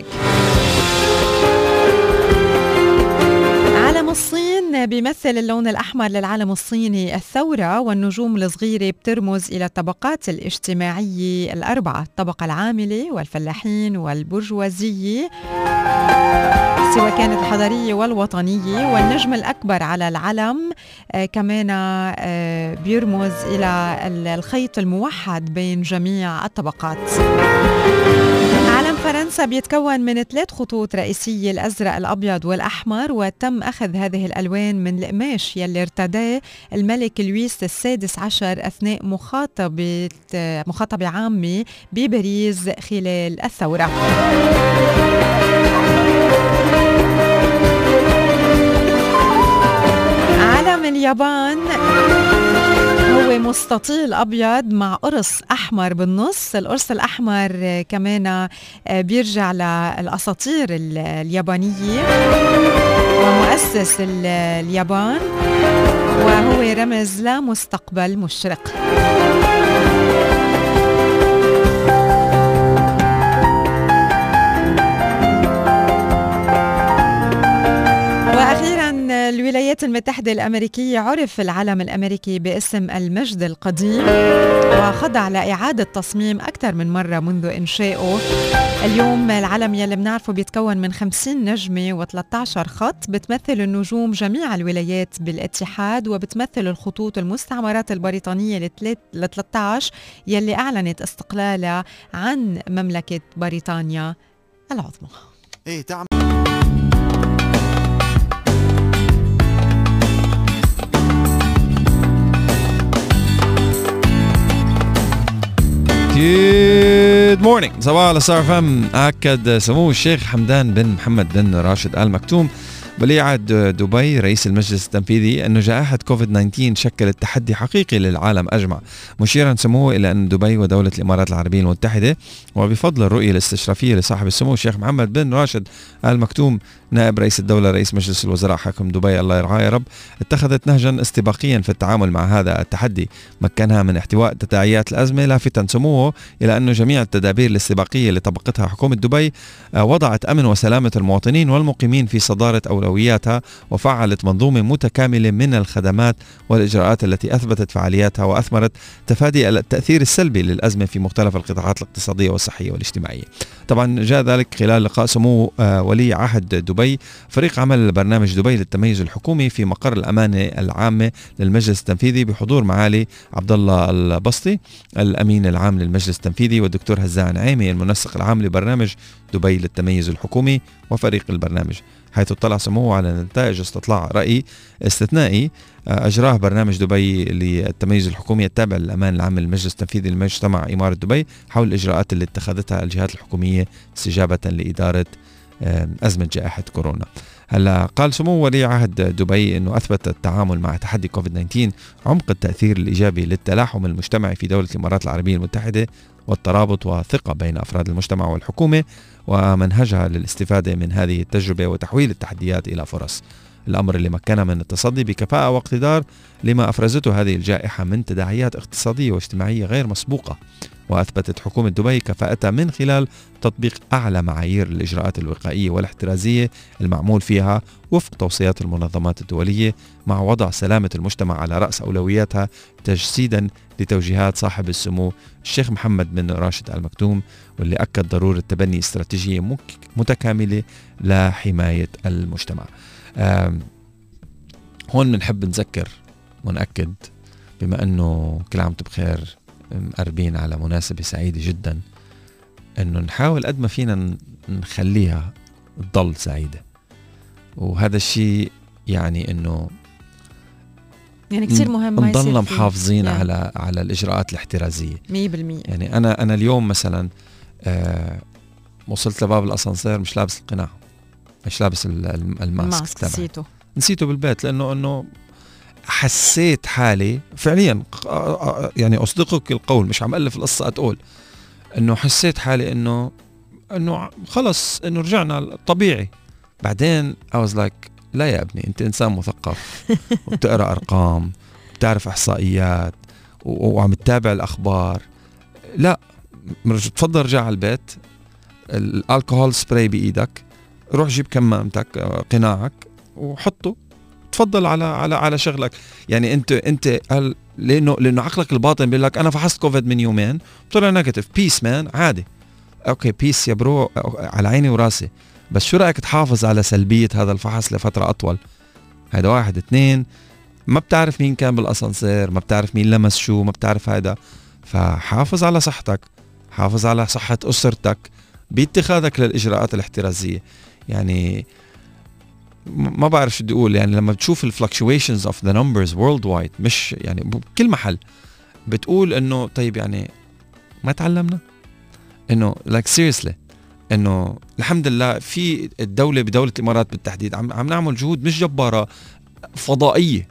Speaker 1: علم الصين بيمثل اللون الأحمر للعلم الصيني الثورة، والنجوم الصغيرة بترمز إلى الطبقات الاجتماعية الأربعة: الطبقة العاملة والفلاحين والبرجوازية سواء كانت الحضرية والوطنية. والنجم الأكبر على العلم آه كمان آه بيرمز إلى الخيط الموحد بين جميع الطبقات. علم فرنسا بيتكون من ثلاث خطوط رئيسية: الأزرق الأبيض والأحمر، وتم أخذ هذه الألوان من القماش يلي ارتداه الملك لويس السادس عشر أثناء مخاطبة مخاطبة عامة بباريس خلال الثورة. باليابان هو مستطيل أبيض مع قرص أحمر بالنص. القرص الأحمر كمان بيرجع للأساطير اليابانية ومؤسس اليابان، وهو رمز لمستقبل مشرق. وأخيراً الولايات المتحدة الأمريكية عرف العلم الأمريكي باسم المجد القديم، وخضع لإعادة تصميم أكثر من مرة منذ إنشائه. اليوم العلم يلي بنعرفه بيتكون من خمسين نجمة وثلاثة عشر خط بتمثل النجوم جميع الولايات بالاتحاد، وبتمثل الخطوط المستعمرات البريطانية ل ثلاثة عشر يلي أعلنت استقلالها عن مملكة بريطانيا العظمى.
Speaker 3: إيه تعمل
Speaker 2: Good morning. صباح على ستار إف إم. أكد سمو الشيخ حمدان بن محمد بن راشد آل مكتوم ولي عهد دبي رئيس المجلس التنفيذي أن جائحة كوفيد تسعة عشر شكلت تحدي حقيقي للعالم أجمع، مشيرا سموه إلى أن دبي ودولة الإمارات العربية المتحدة وبفضل الرؤية الاستشرافية لصاحب السمو الشيخ محمد بن راشد آل مكتوم نائب رئيس الدولة رئيس مجلس الوزراء حاكم دبي الله يرعاه يا رب، اتخذت نهجا استباقيا في التعامل مع هذا التحدي مكنها من احتواء تداعيات الأزمة، لافتا سموه إلى أن جميع التدابير الاستباقية اللي طبقتها حكومة دبي وضعت أمن وسلامة المواطنين والمقيمين في صدارة أولوياتها، وفعلت منظومة متكاملة من الخدمات والإجراءات التي أثبتت فعالياتها وأثمرت تفادي التأثير السلبي للأزمة في مختلف القطاعات الاقتصادية والصحية والاجتماعية. طبعا جاء ذلك خلال لقاء سمو ولي عهد دبي فريق عمل برنامج دبي للتميز الحكومي في مقر الأمانة العامة للمجلس التنفيذي بحضور معالي عبد الله البسطي الأمين العام للمجلس التنفيذي، والدكتور هزاع نعيمي المنسق العام لبرنامج دبي للتميز الحكومي وفريق البرنامج، حيث اطلع سموه على نتائج استطلاع رأي استثنائي أجراه برنامج دبي للتميز الحكومي التابع للأمان العام للمجلس التنفيذي لمجتمع إمارة دبي حول الإجراءات اللي اتخذتها الجهات الحكومية استجابة لإدارة أزمة جائحة كورونا. هلا قال سمو ولي عهد دبي أنه أثبت التعامل مع تحدي كوفيد تسعة عشر عمق التأثير الإيجابي للتلاحم المجتمعي في دولة الإمارات العربية المتحدة والترابط والثقة بين أفراد المجتمع والحكومة ومنهجها للاستفادة من هذه التجربة وتحويل التحديات إلى فرص، الأمر اللي مكنها من التصدي بكفاءة واقتدار لما أفرزته هذه الجائحة من تداعيات اقتصادية واجتماعية غير مسبوقة. وأثبتت حكومة دبي كفاءتها من خلال تطبيق أعلى معايير الإجراءات الوقائية والاحترازية المعمول فيها وفق توصيات المنظمات الدولية، مع وضع سلامة المجتمع على رأس أولوياتها تجسيدا لتوجيهات صاحب السمو الشيخ محمد بن راشد آل مكتوم، واللي أكد ضرورة تبني استراتيجية متكاملة لحماية المجتمع. هون بنحب نذكر ونأكد بما أنه كل عام بخير مقربين على مناسبة سعيدة جدا، أنه نحاول قد ما فينا نخليها تضل سعيدة، وهذا الشيء يعني أنه
Speaker 1: يعني كتير مهم ما
Speaker 2: نضلنا محافظين
Speaker 1: يعني.
Speaker 2: على على الإجراءات الاحترازية
Speaker 1: مية بالمية.
Speaker 2: يعني أنا أنا اليوم مثلا آه وصلت لباب الأسانسير مش لابس القناع، مش لابس الماسك تبعي، نسيته نسيته بالبيت، لأنه أنه حسيت حالي فعليا يعني أصدقك القول مش عم ألف القصة أتقول أنه حسيت حالي أنه أنه خلص أنه رجعنا طبيعي. بعدين I was like لا يا ابني أنت إنسان مثقف وبتقرأ أرقام بتعرف إحصائيات وعم تتابع الأخبار، لا تفضل رجع على البيت، الألكوهول سبراي بإيدك، روح جيب كمامتك قناعك وحطه، تفضل على على على شغلك. يعني انت انت لانه لانه عقلك الباطن بيقول لك انا فحصت كوفيد من يومين طلع نيجاتيف، بيس مان عادي، اوكي بيس يا برو على عيني وراسي، بس شو رايك تحافظ على سلبيه هذا الفحص لفتره اطول؟ هذا واحد. اثنين، ما بتعرف مين كان بالاسانسير، ما بتعرف مين لمس شو، ما بتعرف هذا، فحافظ على صحتك، حافظ على صحه اسرتك باتخاذك للاجراءات الاحترازيه. يعني ما بعرف شو بدي اقول، يعني لما بتشوف الفلكشويشنز اوف ذا نمبرز وورلد وايد، مش يعني بكل محل، بتقول انه طيب يعني ما تعلمنا انه لايك سيريسلي انه الحمد لله في الدوله بدوله الامارات بالتحديد عم عم نعمل جهود مش جباره فضائيه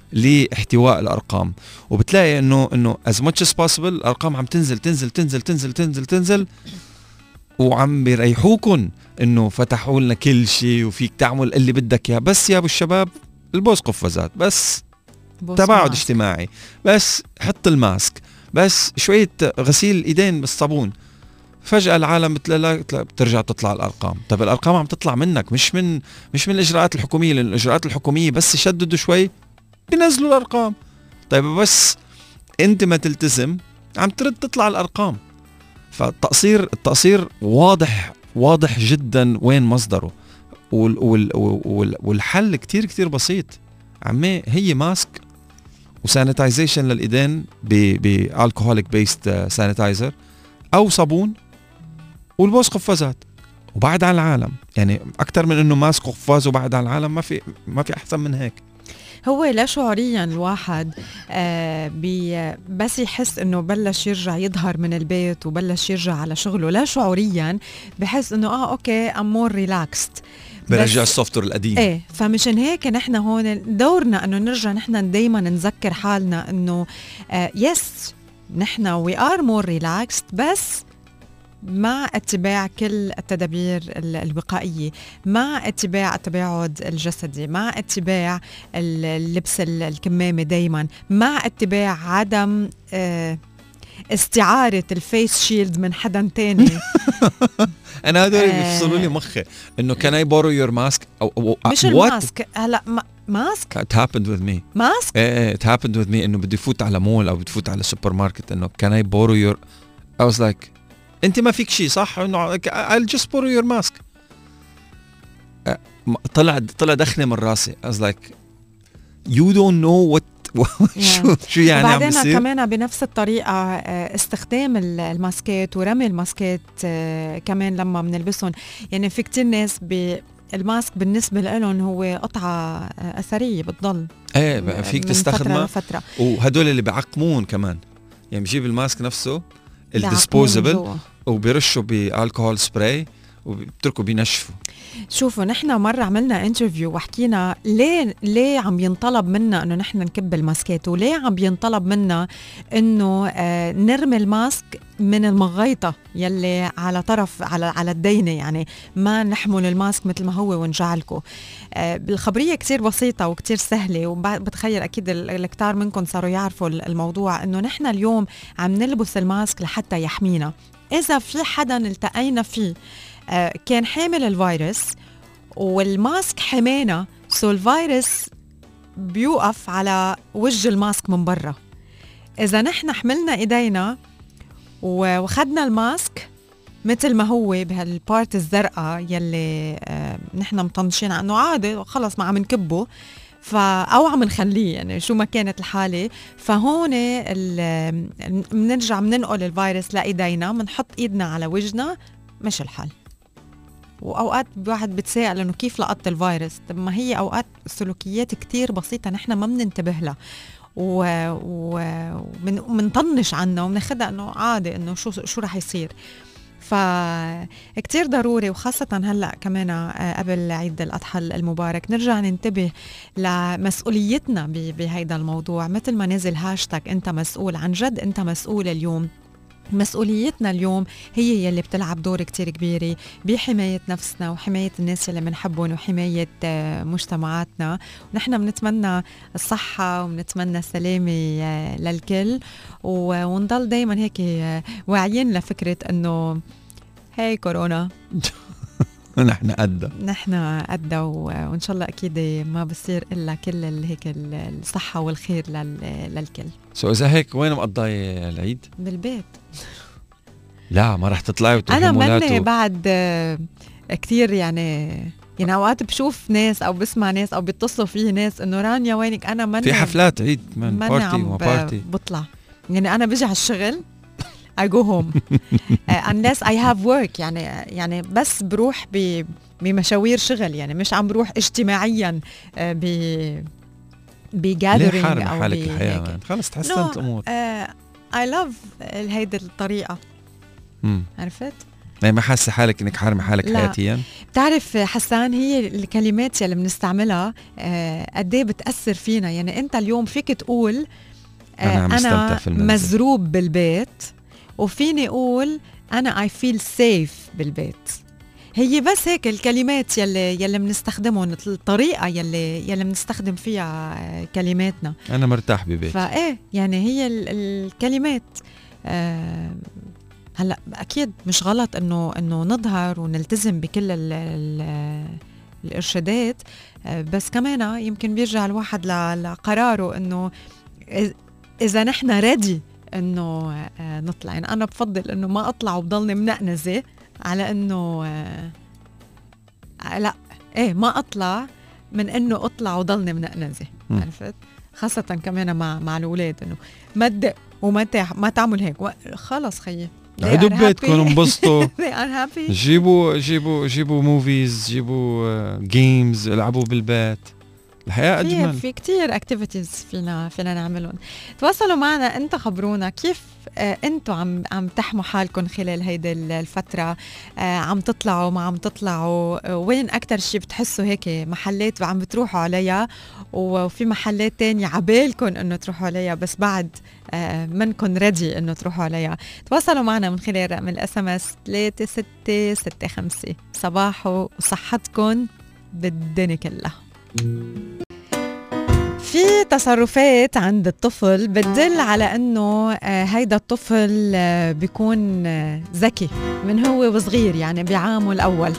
Speaker 2: لاحتواء الارقام، وبتلاقي انه انه as much as possible الارقام عم تنزل تنزل تنزل تنزل تنزل تنزل وعم بيريحوكن انه فتحوا لنا كل شيء وفيك تعمل اللي بدك اياه، بس يا ابو الشباب البوس قفازات، بس تباعد اجتماعي، بس حط الماسك، بس شوية غسيل ايدين بالصابون، فجأة العالم بترجع تطلع الارقام. طب الارقام عم تطلع منك مش من مش من الاجراءات الحكومية، لان الاجراءات الحكومية بس يشددوا شوي بينزلوا الارقام. طيب بس انت ما تلتزم عم ترد تطلع الارقام. فالتقصير التقصير واضح واضح جدا وين مصدره، وال وال وال والحل كتير كتير بسيط عمي، هي ماسك وسانيتايزيشن للايدين بالكحوليك بيست سانيتايزر او صابون والبوس قفازات وبعد عن العالم. يعني اكثر من انه ماسك قفاز وبعد عن العالم ما في ما في احسن من هيك.
Speaker 1: هو لا شعوريا الواحد آه بي بس يحس انه بلش يرجع يظهر من البيت وبلش يرجع على شغله، لا شعوريا بحس انه اه اوكي ام مور ريلاكسد،
Speaker 2: برجع السوفتور القديم.
Speaker 1: ايه، فمشان هيك نحن هون دورنا انه نرجع نحن دايما نذكر حالنا انه آه يس نحن وي ار مور ريلاكسد، بس مع اتباع كل التدابير الوقائية، مع اتباع التباعد الجسدي، مع اتباع اللبس الكمامة دايما، مع اتباع عدم اه استعارة الفيس شيلد من حدا تاني.
Speaker 2: أنا هدول بيفصلوا لي مخي إنه can I borrow your mask أو, أو
Speaker 1: مش الماسك. هلا ماسك
Speaker 2: it happened with me.
Speaker 1: ماسك
Speaker 2: إيه it happened with me إنه بدي فوت على مول أو بدي فوت على سوبر ماركت إنه can I borrow your I was like أنت ما فيك شيء صح؟ إنه I'll just borrow your mask. طلع طلع دخنة من راسي. I was like you don't know what شو شو يعني عم بيصير.
Speaker 1: وبعدين كمان بنفس الطريقة استخدام الماسكات ورمي الماسكات كمان لما بنلبسهم. يعني في كتير ناس بالماسك بالنسبة لهم هو قطعة أثرية بتضل
Speaker 2: ايه فيك تستخدمها
Speaker 1: فترة.
Speaker 2: وهدول اللي بيعقمون كمان، يعني بجيب الماسك نفسه الديسبوزبل وبيرشوا بالكحول سبراي وبتركوا بينشفوا.
Speaker 1: شوفوا نحن مرة عملنا انترفيو وحكينا ليه ليه عم ينطلب منا انه نحن نكب الماسكات، وليه عم ينطلب منا انه آه نرمي الماسك من المغيطة يلي على طرف على على الدينة، يعني ما نحمل الماسك مثل ما هو ونجعلكم. آه بالخبرية كتير بسيطة وكتير سهلة، وبتخيل اكيد الكتار منكم صاروا يعرفوا الموضوع، انه نحن اليوم عم نلبس الماسك لحتى يحمينا. اذا في حدا التقينا فيه آه كان حامل الفيروس والماسك حمانا، سو الفيروس بيوقف على وجه الماسك من برا. إذا نحن حملنا إيدينا وخدنا الماسك مثل ما هو بهالبارت الزرقاء يلي آه نحن مطنشين عنه عادي خلص ما عم نكبه أو عم نخليه، يعني شو ما كانت الحالة، فهون بنرجع بننقل الفيروس لإيدينا، بنحط إيدنا على وجهنا، مش الحل. وأوقات بواحد بتساءل إنه كيف لقطت الفيروس. طب ما هي أوقات سلوكيات كتير بسيطة نحن ما بننتبه لها ومنطنش عنها وبناخدها إنه عادي، إنه شو شو رح يصير. فكتير ضروري، وخاصة هلأ كمان قبل عيد الأضحى المبارك، نرجع ننتبه لمسؤوليتنا بهيدا الموضوع. مثل ما نزل هاشتاج أنت مسؤول، عن جد أنت مسؤول اليوم. مسؤوليتنا اليوم هي يلي بتلعب دور كتير كبيرة بحماية نفسنا وحماية الناس اللي منحبهم وحماية مجتمعاتنا. ونحن بنتمنى الصحة وبنتمنى السلامة للكل، ونضل دايما هيك واعيين لفكرة انه هاي كورونا
Speaker 2: نحن قدها
Speaker 1: نحن قدها، وان شاء الله اكيد ما بصير الا كل هيك الصحة والخير للكل.
Speaker 2: سو إذا هيك وين مقضاي العيد؟
Speaker 1: بالبيت.
Speaker 2: لا ما رح تطلعي وتروحي
Speaker 1: أنا
Speaker 2: مولات.
Speaker 1: أنا مني بعد كتير يعني يعني أوقات بشوف ناس أو بسمع ناس أو بيتصلوا فيه ناس إنه رانيا وينك. أنا مني
Speaker 2: في حفلات عيد من بارتي وما بارتي
Speaker 1: بطلع، يعني أنا بجي على الشغل I go home uh, unless I have work. يعني يعني بس بروح بمشاوير شغل، يعني مش عم بروح اجتماعيا uh, ب بجاذرينج
Speaker 2: أو حالك الحياة خلص تحسنت
Speaker 1: no,
Speaker 2: الأمور.
Speaker 1: uh, I love هيدي الطريقة.
Speaker 2: مم.
Speaker 1: عرفت؟
Speaker 2: يعني ما حاسة حالك انك حارمة حالك
Speaker 1: لا.
Speaker 2: حياتيا؟
Speaker 1: بتعرف حسان، هي الكلمات يلي بنستعملها قد ايه بتأثر فينا. يعني انت اليوم فيك تقول
Speaker 2: أنا,
Speaker 1: أنا مزروب بالبيت، وفيني أقول أنا I feel safe بالبيت. هي بس هيك الكلمات يلي يلي بنستخدمهم، الطريقة يلي يلي بنستخدم فيها كلماتنا.
Speaker 2: أنا مرتاح ببيت،
Speaker 1: فإيه يعني هي الكلمات. آه هلا أكيد مش غلط إنه إنه نظهر ونلتزم بكل ال ال الإرشادات، آه بس كمان يمكن بيرجع الواحد لقراره إنه إذا نحن ريدي إنه آه نطلع. يعني أنا بفضل إنه ما أطلع وبضلني منقنزة على إنه آه لا إيه ما أطلع من إنه أطلع وضلني منقنزة. عرفت؟ خاصة كمان مع مع الأولاد إنه ما تدق وما تح ما تعمل هيك خلص خيي
Speaker 2: قعدوا ببيتكم انبسطوا.
Speaker 1: they are happy.
Speaker 2: جيبوا جيبوا جيبوا موفيز، جيبوا جيمز، العبوا بالبيت. الحياة أجمل.
Speaker 1: في, في كتير اكتيفيتيز فينا فينا نعملهم. تواصلوا معنا، انت خبرونا كيف آه انتوا عم عم تحموا حالكم خلال هيدي الفترة. آه عم تطلعوا ما عم تطلعوا، آه وين أكتر شيء بتحسوا هيك محلات عم بتروحوا عليها، وفي محلات تانية عبالكم انه تروحوا عليها بس بعد آه منكن ريدي انه تروحوا عليها. تواصلوا معنا من خلال رقم الاس ام اس ثلاثة ستة ستة خمسة. صباحو وصحتكم بالدنيا كلها. في تصرفات عند الطفل بتدل على انه هيدا الطفل بيكون ذكي من هو وصغير، يعني بعامه الاول،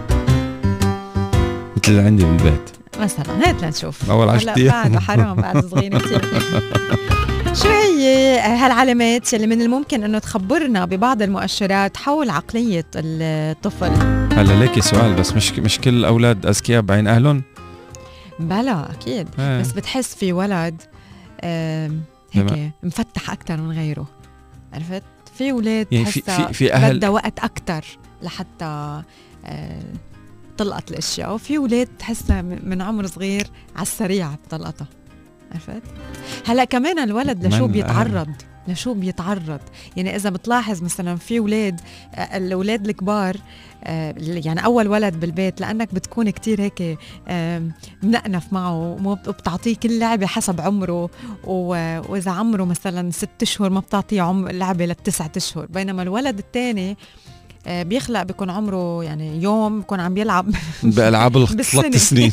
Speaker 2: مثل اللي عندي بالبيت
Speaker 1: مثلا. هات لنشوف
Speaker 2: اول عشرة
Speaker 1: بعد حرام بعد صغير كتير. شو هي هالعلامات اللي من الممكن انه تخبرنا ببعض المؤشرات حول عقلية الطفل؟
Speaker 2: هلا ليكي سؤال، بس مش مش كل الاولاد اذكياء بعين اهلهم؟
Speaker 1: بلا أكيد. هي. بس بتحس في ولد هيك مفتح أكتر من غيره. عرفت؟ في ولاد
Speaker 2: يعني
Speaker 1: تحسها
Speaker 2: في أهل
Speaker 1: بدها وقت أكتر لحتى تلقط الأشياء، وفي ولاد تحسها من عمر صغير على السريع بتلقطها. عرفت؟ هلأ كمان الولد لشو بيتعرض لشو بيتعرض. يعني إذا بتلاحظ مثلا في ولاد، الأولاد الكبار يعني أول ولد بالبيت، لأنك بتكون كتير هيك منقنف معه وبتعطيه كل لعبة حسب عمره، وإذا عمره مثلا ست أشهر ما بتعطيه عم لعبة للتسعة أشهر، بينما الولد التاني بيخلق بيكون عمره يعني يوم بيكون عم يلعب
Speaker 2: بألعاب الثلاث سنين.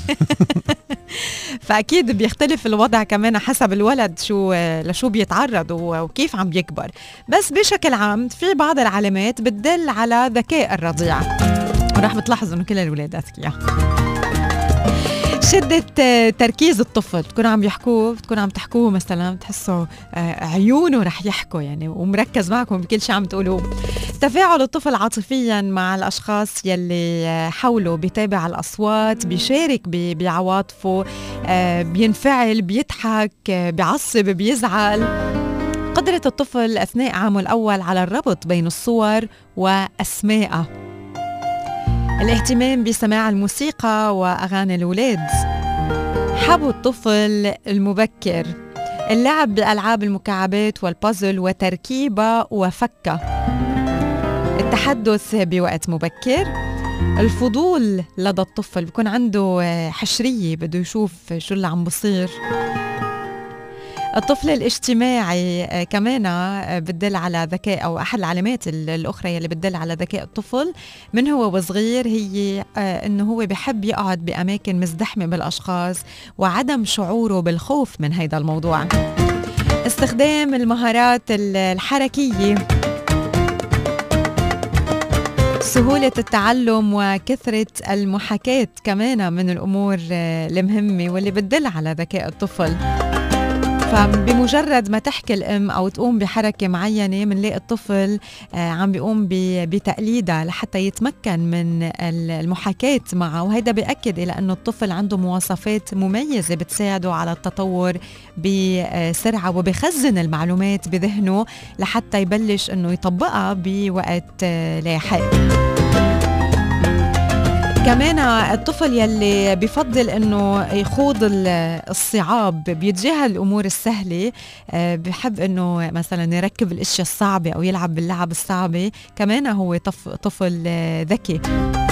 Speaker 1: فأكيد بيختلف الوضع كمان حسب الولد شو لشو بيتعرض وكيف عم يكبر. بس بشكل عام في بعض العلامات بتدل على ذكاء الرضيع، وراح بتلاحظ انه كل الولاد اذكياء. شدة تركيز الطفل، تكون عم يحكوه تكون عم تحكوه مثلا بتحسوا عيونه رح يحكوا يعني ومركز معكم بكل شيء عم تقولوه. تفاعل الطفل عاطفيا مع الأشخاص يلي حوله، بيتابع الأصوات، بيشارك بعواطفه، بينفعل، بيضحك، بيعصب، بيزعل. قدرة الطفل أثناء عامه الأول على الربط بين الصور وأسمائها. الاهتمام بسماع الموسيقى وأغاني الأولاد. حب الطفل المبكر. اللعب بألعاب المكعبات والبازل وتركيبة وفكة. التحدث بوقت مبكر. الفضول لدى الطفل، بيكون عنده حشرية بده يشوف شو اللي عم بصير. الطفل الاجتماعي كمان بتدل على ذكاء، أو أحد العلامات الأخرى اللي بتدل على ذكاء الطفل من هو وصغير هي أنه هو بيحب يقعد بأماكن مزدحمة بالأشخاص، وعدم شعوره بالخوف من هذا الموضوع. استخدام المهارات الحركية. سهولة التعلم وكثرة المحاكاة كمان من الأمور المهمة واللي بتدل على ذكاء الطفل. فبمجرد ما تحكي الأم أو تقوم بحركة معينة منلاقي الطفل عم بيقوم بتقليدها لحتى يتمكن من المحاكاة معه، وهذا بيأكد إلى أنه الطفل عنده مواصفات مميزة بتساعده على التطور بسرعة، وبخزن المعلومات بذهنه لحتى يبلش أنه يطبقها بوقت لاحق. كمان الطفل يلي بفضل انه يخوض الصعاب، بيتجاهل الامور السهله، بحب انه مثلا يركب الاشياء الصعبه او يلعب باللعب الصعبه، كمان هو طفل ذكي.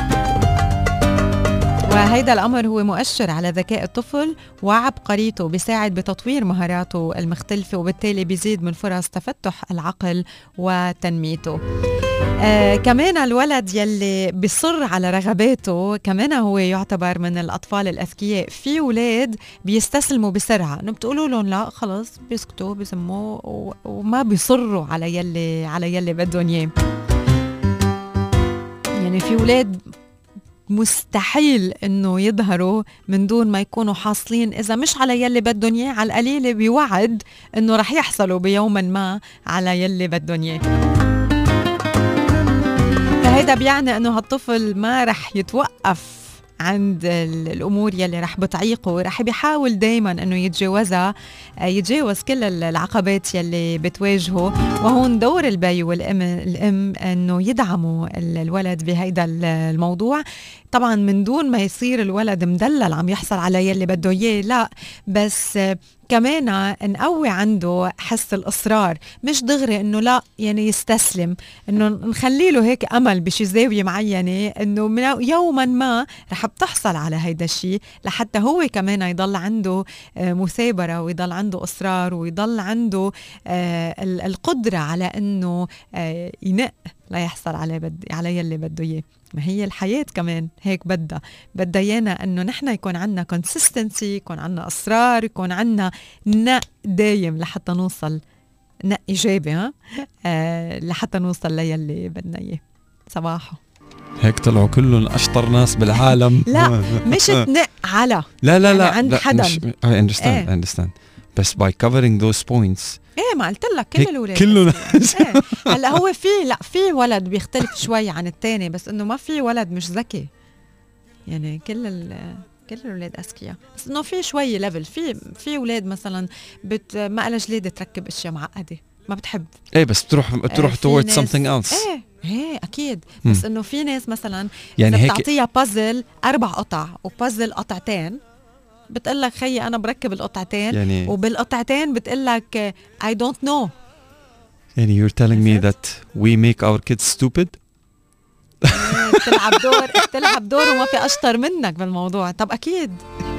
Speaker 1: وهيدا الأمر هو مؤشر على ذكاء الطفل وعبقريته، بيساعد بتطوير مهاراته المختلفة، وبالتالي بيزيد من فرص تفتح العقل وتنميته. آه كمان الولد يلي بيصر على رغباته كمان هو يعتبر من الأطفال الأذكياء. في ولاد بيستسلموا بسرعة، انه بتقولوا لهم لا خلص بيسكتوا بيسموه وما بيصروا على يلي على يلي بدهم اياه. يعني في ولاد مستحيل انه يظهروا من دون ما يكونوا حاصلين، اذا مش على يلي بدهم اياه على القليل بيوعد انه رح يحصلوا بيوما ما على يلي بدهم اياه. فهيدا بيعني انه هالطفل ما رح يتوقف عند الامور يلي رح بتعيقه، رح بيحاول دايما انه يتجاوزها، يتجاوز كل العقبات يلي بتواجهه. وهون دور البي والام الام انه يدعموا الولد بهيدا الموضوع، طبعا من دون ما يصير الولد مدلل عم يحصل على يلي بده اياه، لا بس كمان نقوي عنده حس الإصرار، مش دغري إنه لا يعني يستسلم، إنه نخلي له هيك أمل بشي زاوية معينة إنه يوما ما رح بتحصل على هيدا الشيء، لحتى هو كمان يضل عنده مثابرة ويضل عنده إصرار ويضل عنده القدرة على إنه ينق لا يحصل على بد على يلي بده إياه. ما هي الحياة كمان هيك بدها بدها يانا انه نحن يكون عنا consistency، يكون عنا اصرار، يكون عنا نق دايم لحتى نوصل نق ايجابي، ها آه لحتى نوصل ليلي بدنا اياه. صباحو
Speaker 2: هيك طلعوا كلهم اشطر ناس بالعالم.
Speaker 1: لا مش تنق على
Speaker 2: لا لا
Speaker 1: يعني
Speaker 2: لا
Speaker 1: عند
Speaker 2: لا
Speaker 1: حدا.
Speaker 2: مش I understand
Speaker 1: ايه.
Speaker 2: I understand بس by covering those points
Speaker 1: ايه ما قلت لك كل الولاد
Speaker 2: كله
Speaker 1: ايه. هلا هو في لا في ولد بيختلف شوي عن التاني، بس انه ما في ولد مش ذكي، يعني كل ال كل الولاد اذكياء، بس انه في شوي ليفل. في في ولاد مثلا بت ما لها جليده تركب اشياء معقده، ما بتحب
Speaker 2: ايه بس بتروح بتروح
Speaker 1: اه
Speaker 2: towards something else.
Speaker 1: ايه ايه اكيد. بس انه في ناس مثلا
Speaker 2: يعني
Speaker 1: اذا
Speaker 2: هيك
Speaker 1: بتعطيها بازل اربع قطع وبازل قطعتين، بتقول لك خيي انا بركب القطعتين، يعني وبالقطعتين بتقول لك I don't know.
Speaker 2: يعني you're telling me that we make our kids stupid.
Speaker 1: بتلعب دور بتلعب دور وما في اشطر منك بالموضوع. طب اكيد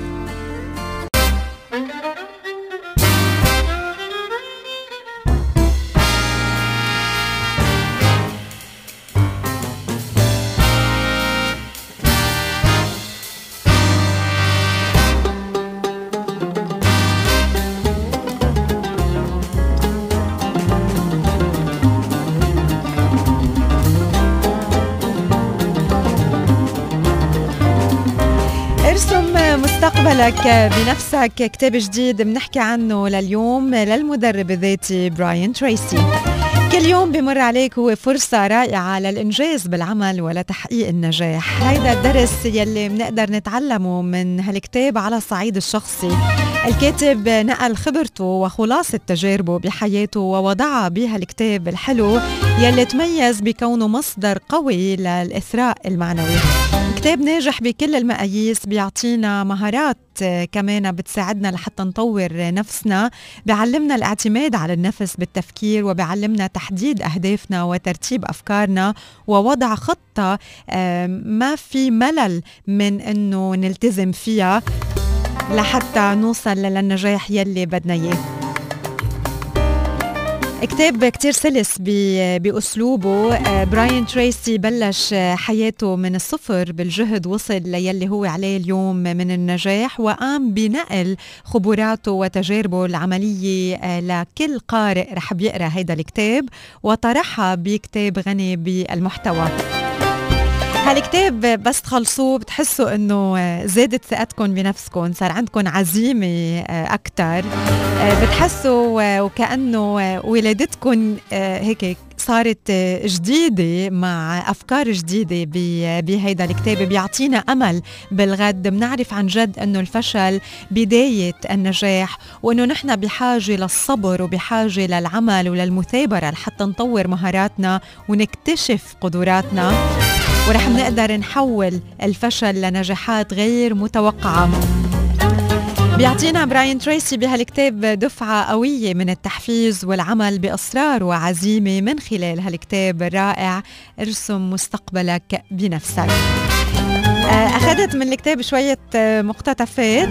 Speaker 1: مستقبلك بنفسك، كتاب جديد بنحكي عنه لليوم للمدرب الذاتي براين تريسي. كل يوم بمر عليك هو فرصة رائعة للإنجاز بالعمل ولتحقيق النجاح. هيدا الدرس يلي بنقدر نتعلمه من هالكتاب على الصعيد الشخصي. الكاتب نقل خبرته وخلاصة تجاربه بحياته ووضعها بهالكتاب الحلو يلي تميز بكونه مصدر قوي للإثراء المعنوي. كتاب ناجح بكل المقاييس، بيعطينا مهارات كمان بتساعدنا لحتى نطور نفسنا، بيعلمنا الاعتماد على النفس بالتفكير، وبيعلمنا تحديد أهدافنا وترتيب أفكارنا ووضع خطة ما في ملل من أنه نلتزم فيها لحتى نوصل للنجاح يلي بدنا إياه. كتاب كتير سلس بأسلوبه. براين تريسي بلش حياته من الصفر بالجهد، وصل ليلي هو عليه اليوم من النجاح، وقام بنقل خبراته وتجاربه العملية لكل قارئ رح بيقرأ هيدا الكتاب وطرحها بكتاب غني بالمحتوى. هالكتاب بس تخلصوه بتحسوا انه زادت ثقتكم بنفسكم، صار عندكم عزيمة اكتر، بتحسوا وكأنه ولادتكم هيك صارت جديدة مع أفكار جديدة بهيدا الكتاب. بيعطينا أمل بالغد، بنعرف عن جد أنه الفشل بداية النجاح، وأنه نحن بحاجة للصبر وبحاجة للعمل وللمثابرة لحتى نطور مهاراتنا ونكتشف قدراتنا. ورح نقدر نحول الفشل لنجاحات غير متوقعة. بيعطينا براين تريسي بهالكتاب دفعة قوية من التحفيز والعمل بإصرار وعزيمة من خلال هالكتاب الرائع ارسم مستقبلك بنفسك. أخذت من الكتاب شوية مقتطفات،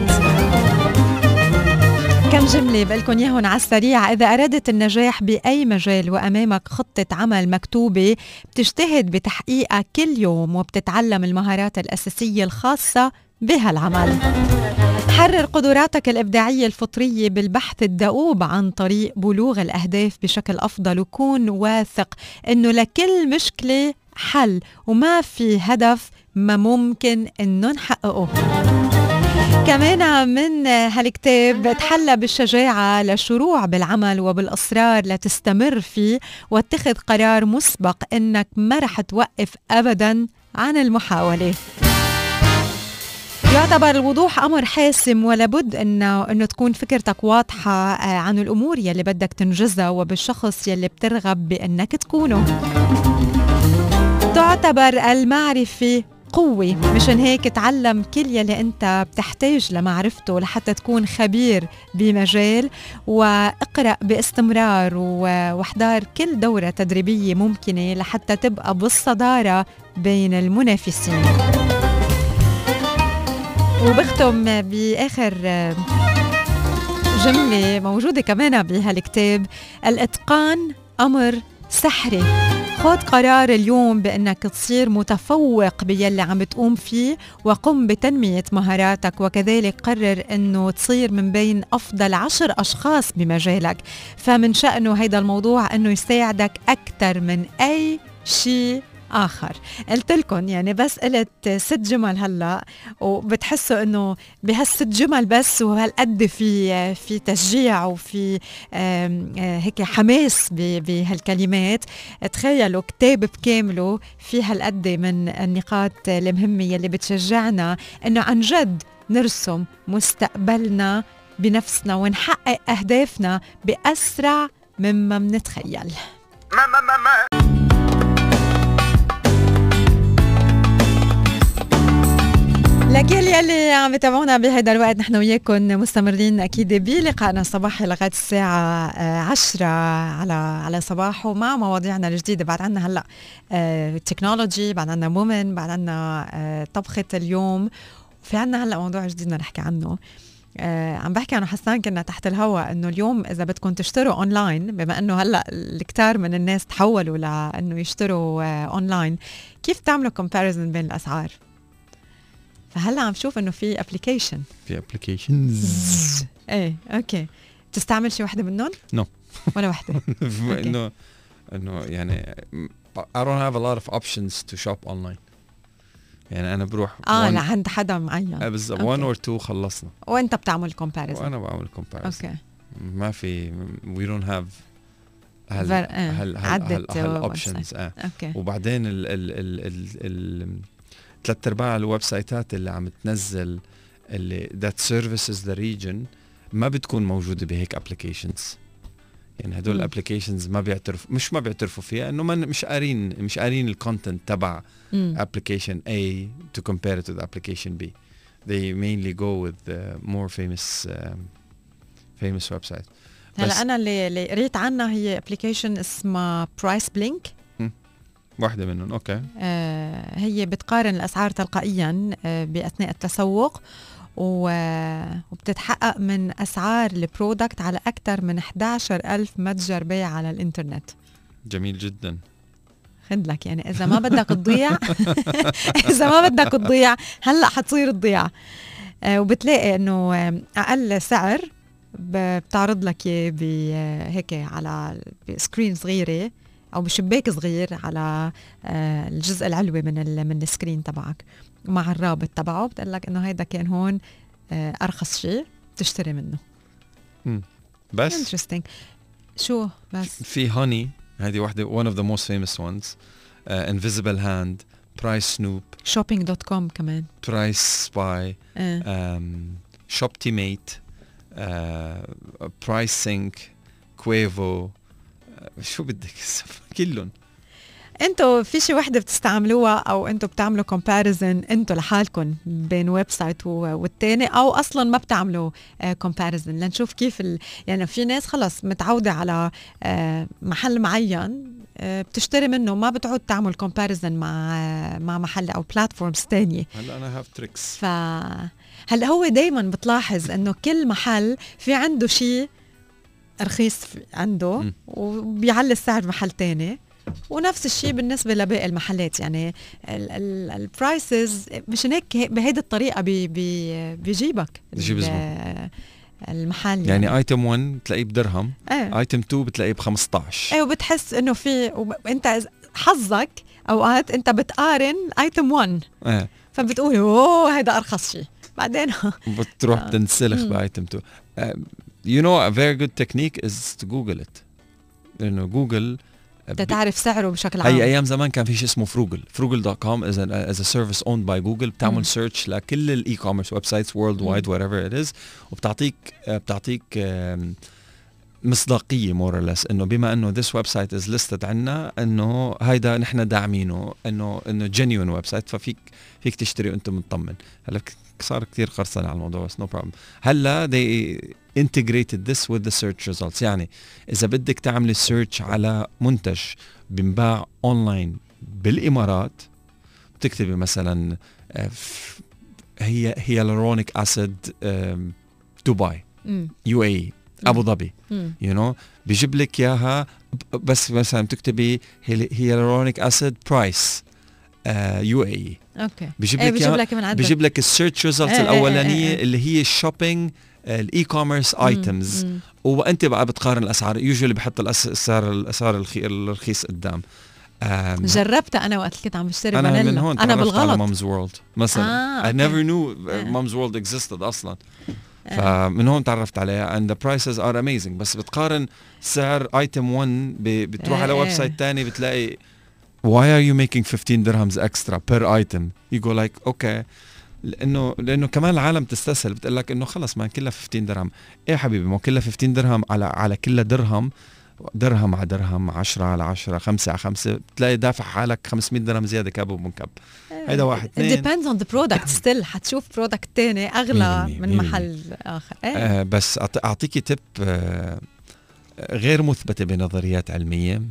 Speaker 1: كم جملة بقلكن ياهن على السريع. إذا أردت النجاح بأي مجال وأمامك خطة عمل مكتوبة، بتجتهد بتحقيقها كل يوم وبتتعلم المهارات الأساسية الخاصة بهالعمل. حرر قدراتك الإبداعية الفطرية بالبحث الدؤوب عن طريق بلوغ الأهداف بشكل أفضل، وكون واثق إنه لكل مشكلة حل وما في هدف ما ممكن إنه نحققه. كمان من هالكتاب بتحلى بالشجاعة للشروع بالعمل وبالإصرار لتستمر فيه واتخذ قرار مسبق إنك ما رح توقف أبدا عن المحاولة. يعتبر الوضوح أمر حاسم، ولابد إنه إنه تكون فكرتك واضحة عن الأمور يلي بدك تنجزها وبالشخص يلي بترغب بأنك تكونه. تعتبر المعرفة قوة، مشان هيك تعلم كل يلي أنت بتحتاج لمعرفته لحتى تكون خبير بمجال، واقرأ باستمرار واحضر كل دورة تدريبية ممكنة لحتى تبقى بالصدارة بين المنافسين. وبختم بآخر جملة موجودة كمان بهالكتاب: الإتقان أمر سحري. خد قرار اليوم بأنك تصير متفوق باللي عم تقوم فيه، وقم بتنمية مهاراتك، وكذلك قرر أنه تصير من بين أفضل عشر أشخاص بمجالك. فمن شأنه هيدا الموضوع أنه يساعدك أكثر من أي شيء آخر. قلت لكم يعني بس قلت ست جمل هلا وبتحسوا انه بهالست جمل بس وهالقد في في تشجيع وفي هيك حماس بهالكلمات. تخيلوا كتاب بكامله في هالقد من النقاط المهمة يلي بتشجعنا انه عن جد نرسم مستقبلنا بنفسنا ونحقق أهدافنا بأسرع مما منتخيل. ما ما ما ما. لكل يلي عم يتابعونا بهذا الوقت، نحن وياكم مستمرين اكيد بلقائنا الصباحي لغايه الساعه عشرة على على صباحه مع مواضيعنا الجديده. بعد عنا هلا تكنولوجي، بعد عنا وومن، بعد عنا طبخه اليوم، وفي عنا هلا موضوع جديد بدنا نحكي عنه. آه عم بحكي أنا حسان كنا تحت الهواء إنه اليوم إذا بدكم تشتروا أونلاين، بما إنه هلأ الكتار من الناس تحولوا لإنه يشتروا آه أونلاين، كيف تعملوا كومباريزن بين الأسعار؟ فهلا عم شوف إنه في أبليكيشن
Speaker 2: في أبليكيشنز
Speaker 1: إيه أوكي. تستعمل شي واحدة منهم؟
Speaker 2: نو no.
Speaker 1: ولا واحدة.
Speaker 2: إنه إنه يعني I don't have a lot of options to shop online. يعني أنا بروح
Speaker 1: اه لعند حدا معين
Speaker 2: بالضبط one or two خلصنا،
Speaker 1: وأنت بتعمل كومباريزن.
Speaker 2: وأنا بعمل كومباريزن.
Speaker 1: أوكي.
Speaker 2: ما في we don't have هال
Speaker 1: هال
Speaker 2: هال هال options. آه.
Speaker 1: أوكي.
Speaker 2: وبعدين ال ال ال ال ال ثلاث أرباع الويب سايتات اللي عم تنزل اللي that services the region ما بتكون موجودة بهيك applications. يعني هدول الابليكيشنز ما بيعترفوا، مش ما بيعترفوا فيها، انه مش قارين مش قارين الكونتنت تبع application A to compare it to the application B. They mainly go with the more famous um, famous websites.
Speaker 1: هلا انا اللي, اللي قريت عنها هي ابليكيشن اسمها برايس بلينك،
Speaker 2: واحدة منهم. اوكي.
Speaker 1: آه هي بتقارن الاسعار تلقائيا آه باثناء التسوق، وبتتحقق من أسعار البرودكت على أكثر من إحدى عشر ألف متجر بيع على الإنترنت.
Speaker 2: جميل جدا.
Speaker 1: خد لك يعني إذا ما بدك تضيع إذا ما بدك تضيع هلأ حتصير تضيع. آه وبتلاقي إنه أقل سعر بتعرض لك بهيك على سكرين صغيرة أو بشباك صغير على آه الجزء العلوي من من السكرين تبعك، مع الرابط تبعه بتقول لك انه هيدا كان هون آه ارخص شيء تشتري منه.
Speaker 2: امم بس
Speaker 1: انترستينج. شو بس
Speaker 2: في هاني، هذه واحده one of the most famous ones. uh, Invisible Hand, Price Snoop,
Speaker 1: shopping dot com كمان,
Speaker 2: Price Spy,
Speaker 1: آه.
Speaker 2: um, Shoptimate, uh, Price Sync, Quavo. uh, شو بدك كلهم.
Speaker 1: انتوا في شي وحده بتستعملوها او انتوا بتعملوا كومباريزن انتوا لحالكم بين ويب سايت والتاني، او اصلا ما بتعملوا كومباريزن لنشوف كيف ال... يعني في ناس خلص متعوده على آه محل معين آه بتشتري منه، ما بتعود تعمل كومباريزن مع آه مع محل او بلاتفورمز تانية.
Speaker 2: هلا انا هاف تريكس.
Speaker 1: ف هلا هو دايما بتلاحظ انه كل محل في عنده شيء رخيص عنده م. وبيعلي السعر محل تاني، ونفس الشيء بالنسبه لباقي المحلات. يعني البرايسز مش هيك بهيدي الطريقه بي بي بيجيبك المحل.
Speaker 2: يعني, يعني ايتم واحد تلاقيه بدرهم، ايه. ايتم اثنين بتلاقيه ب خمسطعش.
Speaker 1: ايه وبتحس انه في انت حظك اوقات انت بتقارن ايتم واحد، ايه. فبتقول اوه هيدا ارخص شيء، بعدين
Speaker 2: بتروح آه. تنسلخ بايتم اثنين. uh, you know a very good technique is to google it، لانه جوجل
Speaker 1: تعرف سعره بشكل عام.
Speaker 2: اي ايام زمان كان في شيء اسمه فروجل. فروجل دوت كوم از از ا سيرفيس اوند باي جوجل، بتعمل سيرش لكل الاي كوميرس ويب سايتس وورلد وايد وات ايفر ات از، وبتعطيك بتعطيك مصداقيه مور اور ليس انه بما انه ذس ويب سايت از ليستد عندنا انه هيدا نحن داعمينه، انه انه جينيون ويب سايت، ففيك فيك تشتري وانت مطمن. هلا صار كتير قرصنة على الموضوع بس نو no بروبلم. هلا they integrated this with the search results. يعني إذا بدك تعملي سيرش على منتج بنباع أونلاين بالإمارات، بتكتبي مثلا هي هيالورونيك أسيد دبي يو اي أبو ظبي you know بيجيب لك إياها، بس مثلا بتكتبي هيالورونيك أسيد برايس يو اي
Speaker 1: اوكي
Speaker 2: بيجيب لك
Speaker 1: بيجيب لك من
Speaker 2: بيجيب لك السيرش ريزلتس الاولانيه اللي هي الشوبينج الاي كوميرس ايتمز، وانت بقى بتقارن الاسعار. يوجوالي بحط الاسعار الاسعار الرخيص قدام.
Speaker 1: جربتها انا وقت كنت عم بشتري
Speaker 2: فانيلا. انا من
Speaker 1: فانيلا.
Speaker 2: هون
Speaker 1: انا بالغلط
Speaker 2: مامز وورلد مثلا. آه، I never knew مامز وورلد existed اصلا. فمن هون تعرفت عليها and the prices are amazing. بس بتقارن سعر ايتم واحد بتروح على ويب سايت ثاني بتلاقي why are you making fifteen dirhams extra per item. you go like okay لانه لانه كمان العالم تستسهل، بتقول لك انه خلص ما كلها fifteen درهم. ايه حبيبي ما كلها fifteen درهم على على كل درهم درهم على درهم، عشرة على عشرة، خمسة على خمسة، بتلاقي دافع حالك خمسمية درهم زياده كب ومنكب. هيدا واحد.
Speaker 1: it depends on the product still. حتشوف برودكت تاني اغلى من محل اخر. ايه.
Speaker 2: آه بس اعطيكي تip آه غير مثبته بنظريات علميه.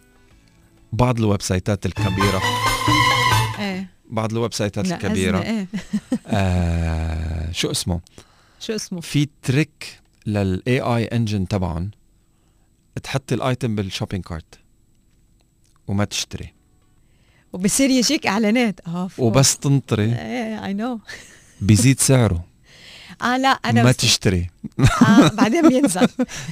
Speaker 2: بعض الويب سايتات الكبيره
Speaker 1: ايه
Speaker 2: بعض الويب سايتات الكبيره
Speaker 1: ايه.
Speaker 2: آه شو اسمه
Speaker 1: شو اسمه
Speaker 2: في تريك للاي اي انجن تبعهم، تحط الايتم بالشوبينج كارت وما تشتري،
Speaker 1: وبصير يجيك اعلانات اه
Speaker 2: وبس تنطري
Speaker 1: ايه اي نو
Speaker 2: بيزيد سعره.
Speaker 1: اه لا انا
Speaker 2: ما تشتري
Speaker 1: آه بعدين بينزل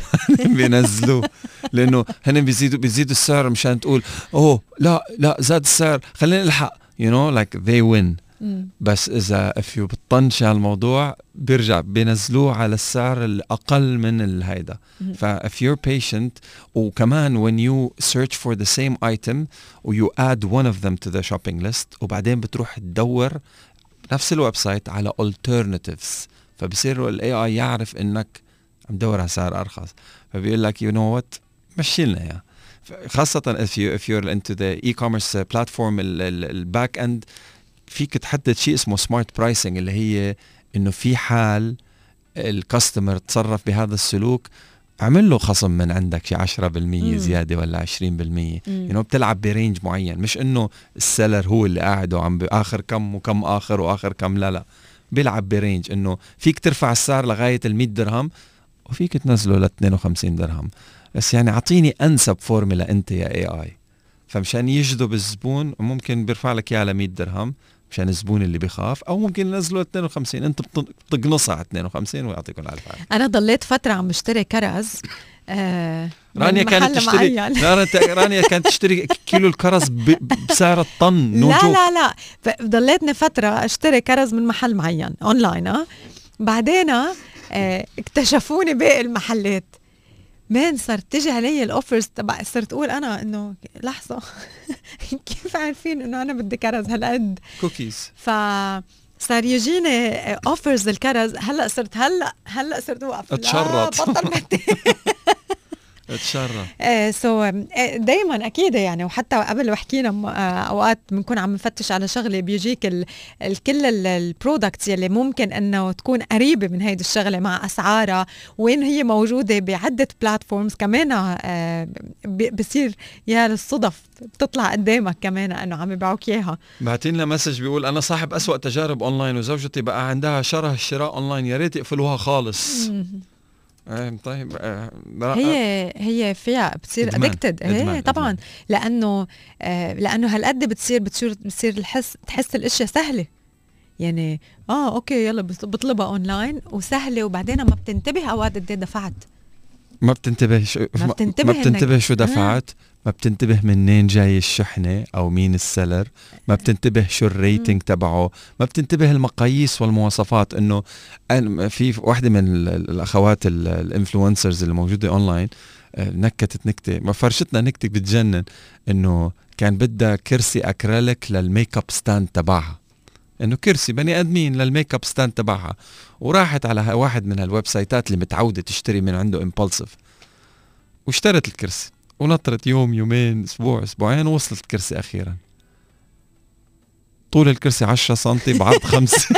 Speaker 2: بينزلوه لانه هن بيزيدوا بيزيدوا السعر مشان تقول اوه لا لا زاد السعر خلينا نلحق you know like they win. بس اذا if you بتطنش على الموضوع بيرجع بينزلوه على السعر الاقل من الهيدا. ف if you're patient وكمان when you search for the same item و you add one of them to the shopping list وبعدين بتروح تدور نفس الويب سايت على alternatives، فبصير ال إيه آي يعرف انك عم دور على سعر ارخص، فبيقول لك you know what مشي لنا اياه. خاصة if you if you're into the e-commerce platform الباك اند فيك تحدد شيء اسمه smart pricing، اللي هي انه في حال الكاستمر تصرف بهذا السلوك عمل له خصم من عندك شي عشرة بالمية زيادة ولا عشرين بالمية. you know بتلعب برينج معين، مش انه السيلر هو اللي قاعد وعم باخر كم وكم اخر واخر كم، لا لا بيلعب برينج انه فيك ترفع السعر لغاية المية درهم وفيك تنزله ل اثنين وخمسين درهم. بس يعني اعطيني انسب فورمولا انت يا اي اي، فمشان يجذب الزبون ممكن بيرفع لك اياه على مية درهم مشان الزبون اللي بيخاف، او ممكن ينزله اثنين وخمسين انت بتقنصها على اثنين وخمسين ويعطيكم العافيه.
Speaker 1: انا ضليت فتره عم بشتري كرز آه
Speaker 2: رانيا كانت تشتري رانيا كانت تشتري كيلو الكرز بسعر الطن.
Speaker 1: لا لا لا ضليتني فتره اشتري كرز من محل معين اونلاين. اه بعدين آه اكتشفوني باقي المحلات، مان صارت تجي علي الاوفرز تبع، صرت اقول انا انه لحظه كيف عارفين انه انا بدي كرز هالقد
Speaker 2: كوكيز.
Speaker 1: ف صار يجيني اوفرز الكرز. هلا صرت هلا هلا صرت اوقف
Speaker 2: اتشرط
Speaker 1: بطل
Speaker 2: اتشرف.
Speaker 1: سو دايما اكيد يعني، وحتى قبل وحكينا اوقات بنكون عم نفتش على شغله بيجيك ال كل البرودكتس يلي ممكن انه تكون قريبه من هيدي الشغله مع اسعارها، وين هي موجوده بعده بلاتفورمز كمان. بصير يا للصدف بتطلع قدامك كمان انه عم يبيعوك اياها.
Speaker 2: بعتين لنا مسج بيقول انا صاحب أسوأ تجارب اونلاين وزوجتي بقى عندها شره الشراء اونلاين، يا ريت يقفلوها خالص. آه طيب آه
Speaker 1: هي هي فيها بتصير ادكتد. هي طبعا إدمان. لانه آه لانه هالقد بتصير بتصير بتصير الحس تحس الاشياء سهله يعني. اه اوكي يلا بطلبها اونلاين وسهله، وبعدين ما بتنتبه اوقات قد ايه دفعت.
Speaker 2: ما بتنتبه شو ما بتنتبه, ما بتنتبه شو دفعت. آه. ما بتنتبه منين جاي الشحنة أو مين السلر. ما بتنتبه شو الريتنج تبعه. ما بتنتبه المقاييس والمواصفات. إنه في واحدة من الأخوات الانفلونسرز اللي موجودة أونلاين نكتت نكتة، ما فرشتنا نكتة بتجنن، إنه كان بدها كرسي أكريليك للميك اب ستاند تبعها. إنه كرسي بني آدمين للميك اب ستاند تبعها، وراحت على واحد من هالويب سايتات اللي متعودة تشتري من عنده امبولسيف، واشترت الكرسي ونطرت يوم يومين اسبوع اسبوعين ووصلت الكرسي اخيرا. طول الكرسي عشرة سنتي بعرض خمسة.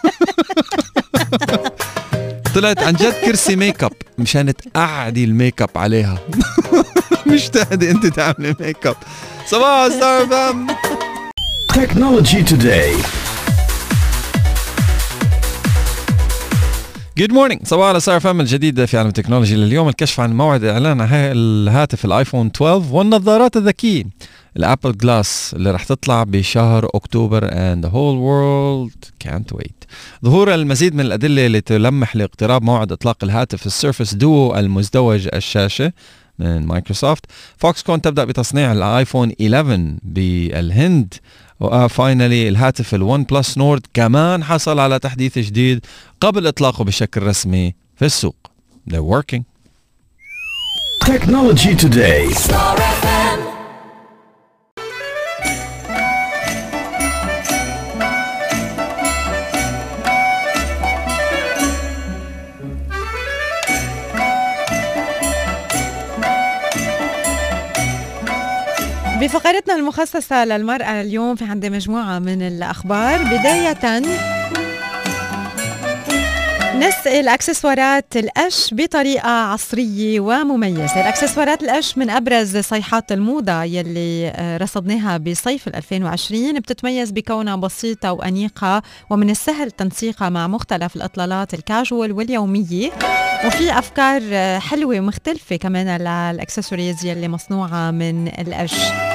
Speaker 2: طلعت عن جد كرسي ميك اب مشان تقعدي الميك اب عليها. مش تهدي انت تعملي ميك اب. صباح ستار فام.
Speaker 3: Technology Today.
Speaker 2: Good morning. صباح على صار فهم الجديد في عالم التكنولوجي لليوم. الكشف عن موعد اعلان الهاتف الايفون اثنا عشر والنظارات الذكية الابل جلاس اللي رح تطلع بشهر اكتوبر and the whole world can't wait. ظهور المزيد من الادلة اللي تلمح لاقتراب موعد اطلاق الهاتف السيرفس دوو المزدوج الشاشة من مايكروسوفت. فوكس كون تبدأ بتصنيع الايفون إحدى عشر بالهند. وفاينلي الهاتف الون بلس نورد كمان حصل على تحديث جديد قبل إطلاقه بشكل رسمي في السوق. They're working.
Speaker 3: Technology Today.
Speaker 1: بفقرتنا المخصصة للمرأة اليوم في عندي مجموعة من الأخبار. بداية نسأل أكسسوارات القش بطريقة عصرية ومميزة. الأكسسوارات القش من أبرز صيحات الموضة يلي رصدناها بصيف ألفين وعشرين، بتتميز بكونها بسيطة وأنيقة ومن السهل تنسيقها مع مختلف الإطلالات الكاجوال واليومية، وفي أفكار حلوة ومختلفة كمان للأكسسوارز يلي مصنوعة من القش.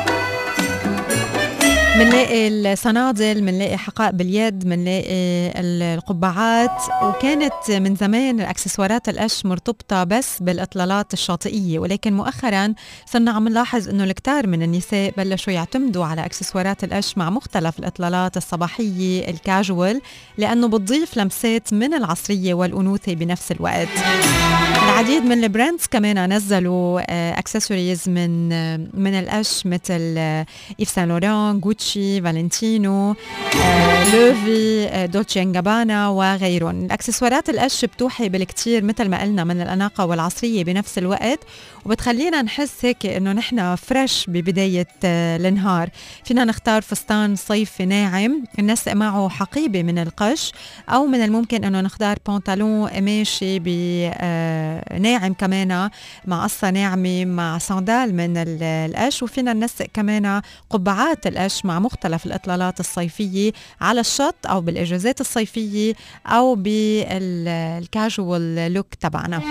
Speaker 1: منلاقي الصنادل، منلاقي حقائب باليد، منلاقي القبعات. وكانت من زمان الأكسسوارات القش مرتبطة بس بالإطلالات الشاطئية، ولكن مؤخرا صرنا عم نلاحظ أنه الكتار من النساء بلشوا يعتمدوا على أكسسوارات القش مع مختلف الإطلالات الصباحية الكاجوال، لأنه بتضيف لمسات من العصرية والأنوثة بنفس الوقت. العديد من البراندز كمان نزلوا أكسسوارز من من القش، مثل إيف سان لوران، غوتشي، فالنتينو، لوفي، دولتشي اند جابانا وغيرهم. الأكسسوارات القش بتوحي بالكتير مثل ما قلنا من الأناقة والعصرية بنفس الوقت، وبتخلينا نحس هيك إنه نحن فريش ببداية النهار. فينا نختار فستان صيفي ناعم ننسق معه حقيبة من القش، أو من الممكن إنه نختار بنطلون قماشي ناعم كمان مع قصة ناعمة مع صندال من القش. وفينا ننسق كمان قبعات القش مع مختلف الإطلالات الصيفية على الشط أو بالإجازات الصيفية أو بالكاجوال لوك تبعنا.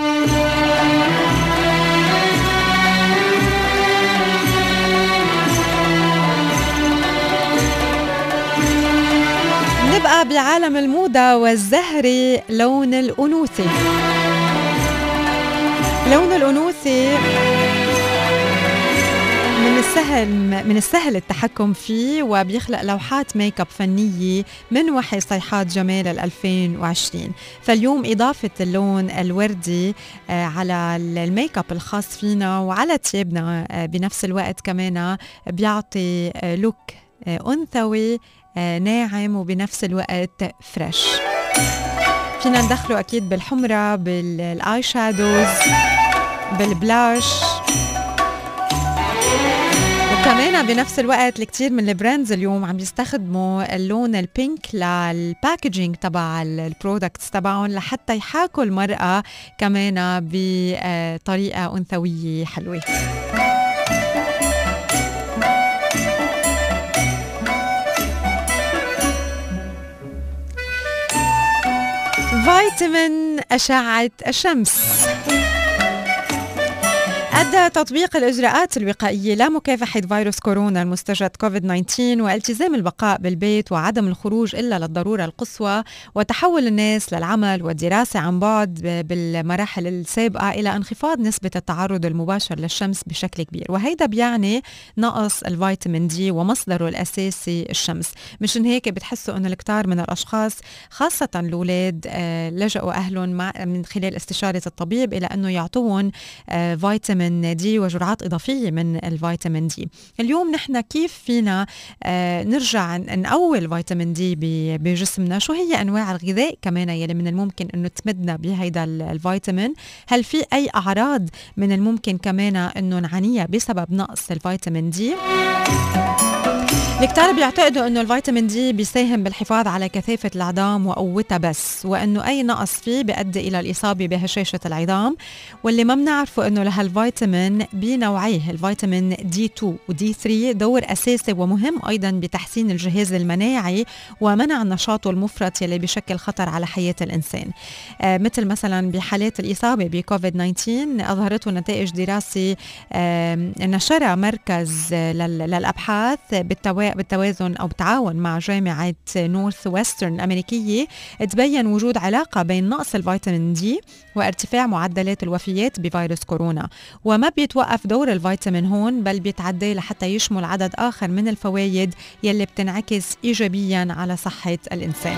Speaker 1: نبقى بعالم الموضة والزهري. لون الأنوثة. لون الأنوثة من السهل من السهل التحكم فيه، وبيخلق لوحات ميك اب فنية من وحي صيحات جمال ألفين وعشرين. فاليوم إضافة اللون الوردي على الميك اب الخاص فينا وعلى تيابنا بنفس الوقت كمان بيعطي لوك أنثوي ناعم وبنفس الوقت فريش. فينا ندخله أكيد بالحمرة، بالآي شادوز، بالبلاش، كمان بنفس الوقت الكثير من البراندز اليوم عم يستخدموا اللون البينك للباكجينج تبع البرودكتس تبعهم لحتى يحاكوا المرأة كمان بطريقة أنثوية حلوة. فيتامين أشعة الشمس. أدى تطبيق الإجراءات الوقائية لمكافحة فيروس كورونا المستجد كوفيد تسعة عشر والتزام البقاء بالبيت وعدم الخروج إلا للضرورة القصوى وتحول الناس للعمل والدراسة عن بعد بالمراحل السابقة إلى انخفاض نسبة التعرض المباشر للشمس بشكل كبير، وهيدا بيعني نقص الفيتامين دي ومصدره الأساسي الشمس. مشان هيك بتحسوا أن الكتار من الأشخاص خاصة الأولاد لجأوا أهلهم من خلال استشارة الطبيب إلى أنه يعطوهم فيتامين دي وجرعات إضافية من الفيتامين دي. اليوم نحن كيف فينا آه نرجع نقوي الفيتامين دي بجسمنا؟ شو هي أنواع الغذاء كمان يلي من الممكن أنه تمدنا بهيدا الفيتامين؟ هل في أي أعراض من الممكن كمان أنه نعانيها بسبب نقص الفيتامين دي؟ الكتار بيعتقدوا انه الفيتامين دي بيساهم بالحفاظ على كثافة العظام وقوتها بس، وانه اي نقص فيه بيؤدي الى الاصابة بهشاشة العظام. واللي ما بنعرفه انه لهالفيتامين بنوعيه الفيتامين دي اثنين ودي ثلاثة دور اساسي ومهم ايضا بتحسين الجهاز المناعي ومنع نشاطه المفرط يلي بشكل خطر على حياة الانسان. آه مثل مثلا بحالات الاصابة بكوفيد تسعة عشر اظهرته نتائج دراسة آه نشرها مركز للابحاث بالتوا بالتوازن أو بالتعاون مع جامعة نورث ويسترن الأمريكية، تبين وجود علاقة بين نقص الفيتامين دي وارتفاع معدلات الوفيات بفيروس كورونا. وما بيتوقف دور الفيتامين هون، بل بيتعدى لحتى يشمل عدد آخر من الفوائد يلي بتنعكس إيجابيا على صحة الإنسان.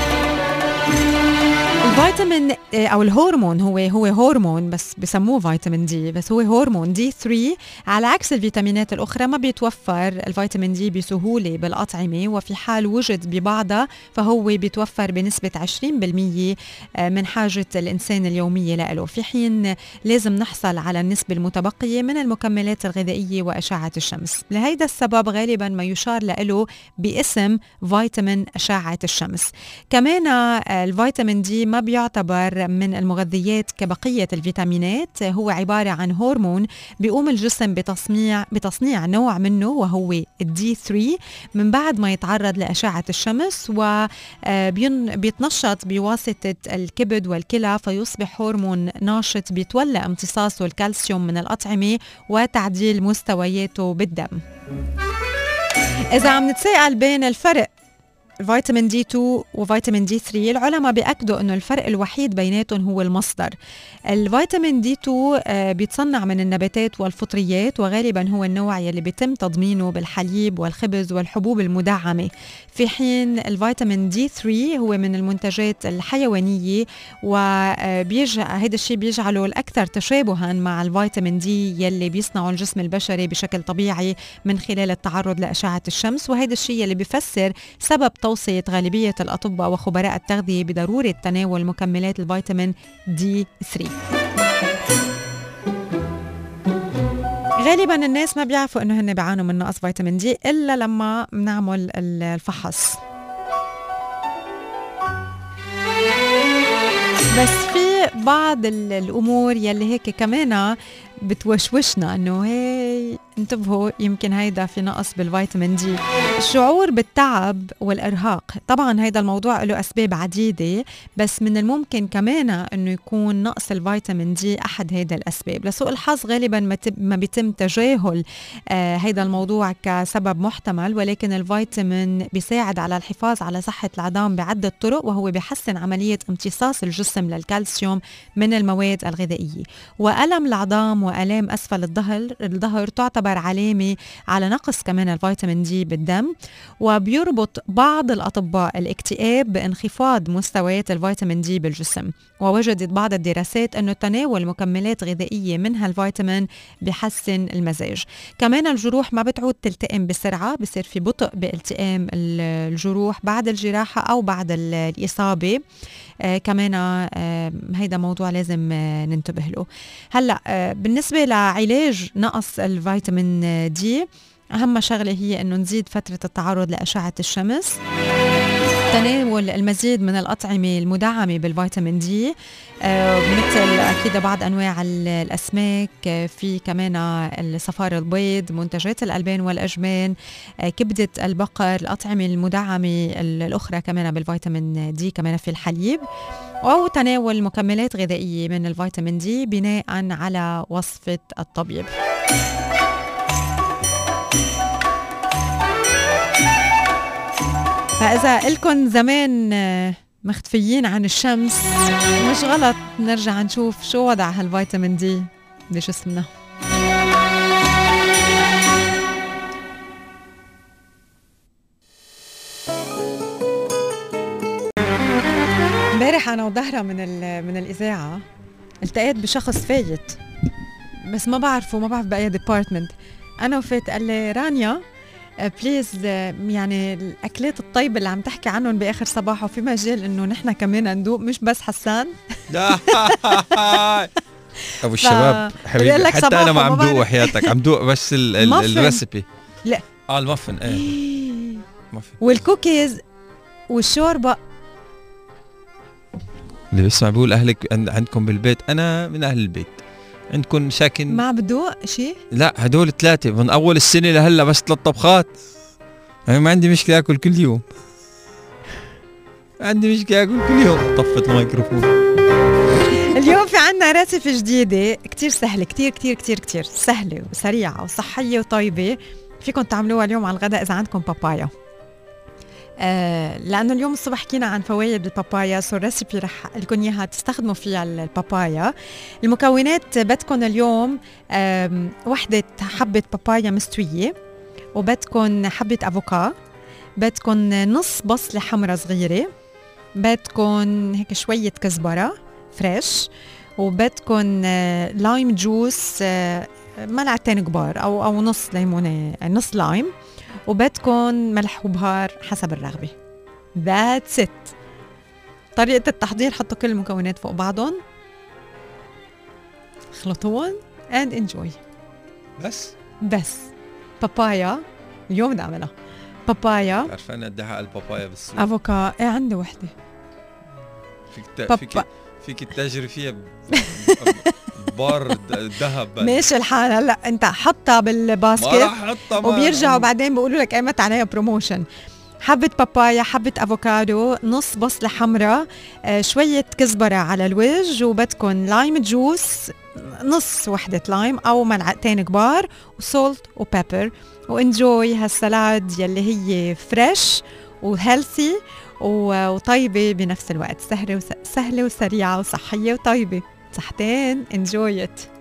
Speaker 1: الفيتامين او الهرمون هو هو هرمون بس بسموه فيتامين دي، بس هو هرمون دي ثلاثة. على عكس الفيتامينات الاخرى ما بيتوفر الفيتامين دي بسهوله بالاطعمه، وفي حال وجد ببعضها فهو بيتوفر بنسبه عشرين بالمية من حاجه الانسان اليوميه له، في حين لازم نحصل على النسبه المتبقيه من المكملات الغذائيه واشعه الشمس. لهيدا السبب غالبا ما يشار له باسم فيتامين اشعه الشمس. كمان الفيتامين دي ما بيعتبر من المغذيات كبقية الفيتامينات، هو عبارة عن هرمون بيقوم الجسم بتصنيع بتصنيع نوع منه وهو الدي ثلاثة من بعد ما يتعرض لأشعة الشمس، وبيتنشط بواسطة الكبد والكلى فيصبح هرمون ناشط بيتولى امتصاصه الكالسيوم من الأطعمة وتعديل مستوياته بالدم. إذا عم نتساءل بين الفرق فيتامين دي اثنين وفيتامين دي ثلاثة، العلماء بيأكدوا انه الفرق الوحيد بيناتهم هو المصدر. الفيتامين دي اثنين بيتصنع من النباتات والفطريات، وغالبا هو النوع يلي بيتم تضمينه بالحليب والخبز والحبوب المدعمة، في حين الفيتامين دي ثلاثة هو من المنتجات الحيوانية، وبيجع هيدا الشيء بيجعله الأكثر تشابها مع الفيتامين دي يلي بيصنعه الجسم البشري بشكل طبيعي من خلال التعرض لأشعة الشمس. وهيدا الشيء يلي بيفسر سبب توصية غالبية الأطباء وخبراء التغذية بضرورة تناول مكملات الفيتامين دي ثلاثة. غالبا الناس ما بيعرفوا انه هن بيعانوا من نقص فيتامين دي الا لما بنعمل الفحص. بس في بعض الامور يلي هيك كمان بتوشوشنا انه هي انتبهوا يمكن هيدا في نقص بالفيتامين دي. الشعور بالتعب والارهاق، طبعا هيدا الموضوع له اسباب عديده، بس من الممكن كمان انه يكون نقص الفيتامين دي احد هيدا الاسباب. لسوء الحظ غالبا ما, ما بيتم تجاهل آه هيدا الموضوع كسبب محتمل، ولكن الفيتامين بيساعد على الحفاظ على صحه العظام بعده طرق، وهو بيحسن عمليه امتصاص الجسم للكالسيوم من المواد الغذائيه. والم العظام وآلام أسفل الظهر الظهر تعتبر علامة على نقص كمان الفيتامين دي بالدم، وبيربط بعض الأطباء الاكتئاب بانخفاض مستويات الفيتامين دي بالجسم. ووجدت بعض الدراسات أنه تناول مكملات غذائية منها الفيتامين بيحسن المزاج. كمان الجروح ما بتعود تلتئم بسرعة، بصير في بطء بالتئام الجروح بعد الجراحة أو بعد الإصابة. آه كمان آه هيدا موضوع لازم آه ننتبه له. هلأ آه بالنسبة لعلاج نقص الفيتامين دي، أهم شغلة هي أنه نزيد فترة التعرض لأشعة الشمس، تناول المزيد من الأطعمة المدعمة بالفيتامين دي، آه مثل أكيد بعض أنواع الأسماك، آه في كمان الصفار البيض، منتجات الألبان والأجبان، آه كبدة البقر، الأطعمة المدعمة الأخرى كمان بالفيتامين دي كمان في الحليب، أو تناول مكملات غذائية من الفيتامين دي بناء على وصفة الطبيب. فإذا إلكن زمان مختفيين عن الشمس، مش غلط نرجع نشوف شو وضع هالفيتامين دي بجسمنا. امبارح أنا وظهرة من من الإذاعة التقيت بشخص فايت، بس ما بعرفه، ما بعرف بأي ديبارتمنت. أنا وفات قال لي رانيا بليز، يعني الأكلات الطيبة اللي عم تحكي عنهم بآخر صباح وفي مجال إنه نحن كمان ندوق، مش بس حسان.
Speaker 2: أبو الشباب حبيبي، حتى أنا ما عم دوق وحياتك، عم دوق بس الريسبي.
Speaker 1: لا
Speaker 2: آه المفن إيه مفن
Speaker 1: والكوكيز والشوربة.
Speaker 2: اللي بسمع بيقول أهلك عندكم بالبيت، أنا من أهل البيت، عندكم ساكن
Speaker 1: ما بدوق شيء؟
Speaker 2: لا هدول ثلاثة من أول السنة لهلا بس ثلاث طبخات. أنا ما عندي مشكلة أكل كل يوم، عندي مشكلة أكل كل يوم. طفت الميكروفون.
Speaker 1: اليوم في عنا ريسيبي جديدة كتير سهلة، كتير كتير كتير كتير سهلة وسريعة وصحية وطيبة، فيكم تعملوها اليوم على الغداء إذا عندكم بابايا. آه لأنه اليوم الصبح حكينا عن فوائد البابايا، سو الريسيبي رح لكم إياها تستخدموا فيها البابايا. المكونات بدكم اليوم آه وحدة حبة بابايا مستوية، وبدكم حبة أفوكا، بدكم نص بصلة حمرا صغيرة، بدكم هيك شوية كزبرة فريش، وبدكم آه لايم جوس، آه ملعقتين كبار أو أو نص ليمونة، نص لايم، وبدكن ملح وبهار حسب الرغبة. That's it. طريقة التحضير: حطوا كل المكونات فوق بعضهم، خلطوهم and enjoy.
Speaker 2: بس
Speaker 1: بس بابايا اليوم بدي أعملها. بابايا
Speaker 2: عارفة أنا قد ايه البابايا بالسوق.
Speaker 1: أفوكا إيه عندي وحدة.
Speaker 2: فيك تا... فيك فيك تتاجري فيها بار ذهب.
Speaker 1: ماشي الحال. هلا انت حطها بالباسكت وبيرجعوا بعدين بيقولوا لك قيمت عليها بروموشن. حبة بابايا، حبة افوكادو، نص بصلة حمراء، آه شوية كزبرة على الوجه، وبدكن لايم جوس، نص وحدة لايم أو ملعقتين كبار، وسولت وبيبر، وانجوي هالسلاد يلي هي فريش وهيلثي وطيبة بنفس الوقت، سهلة وسريعة وصحية وطيبة. صحتين enjoy it.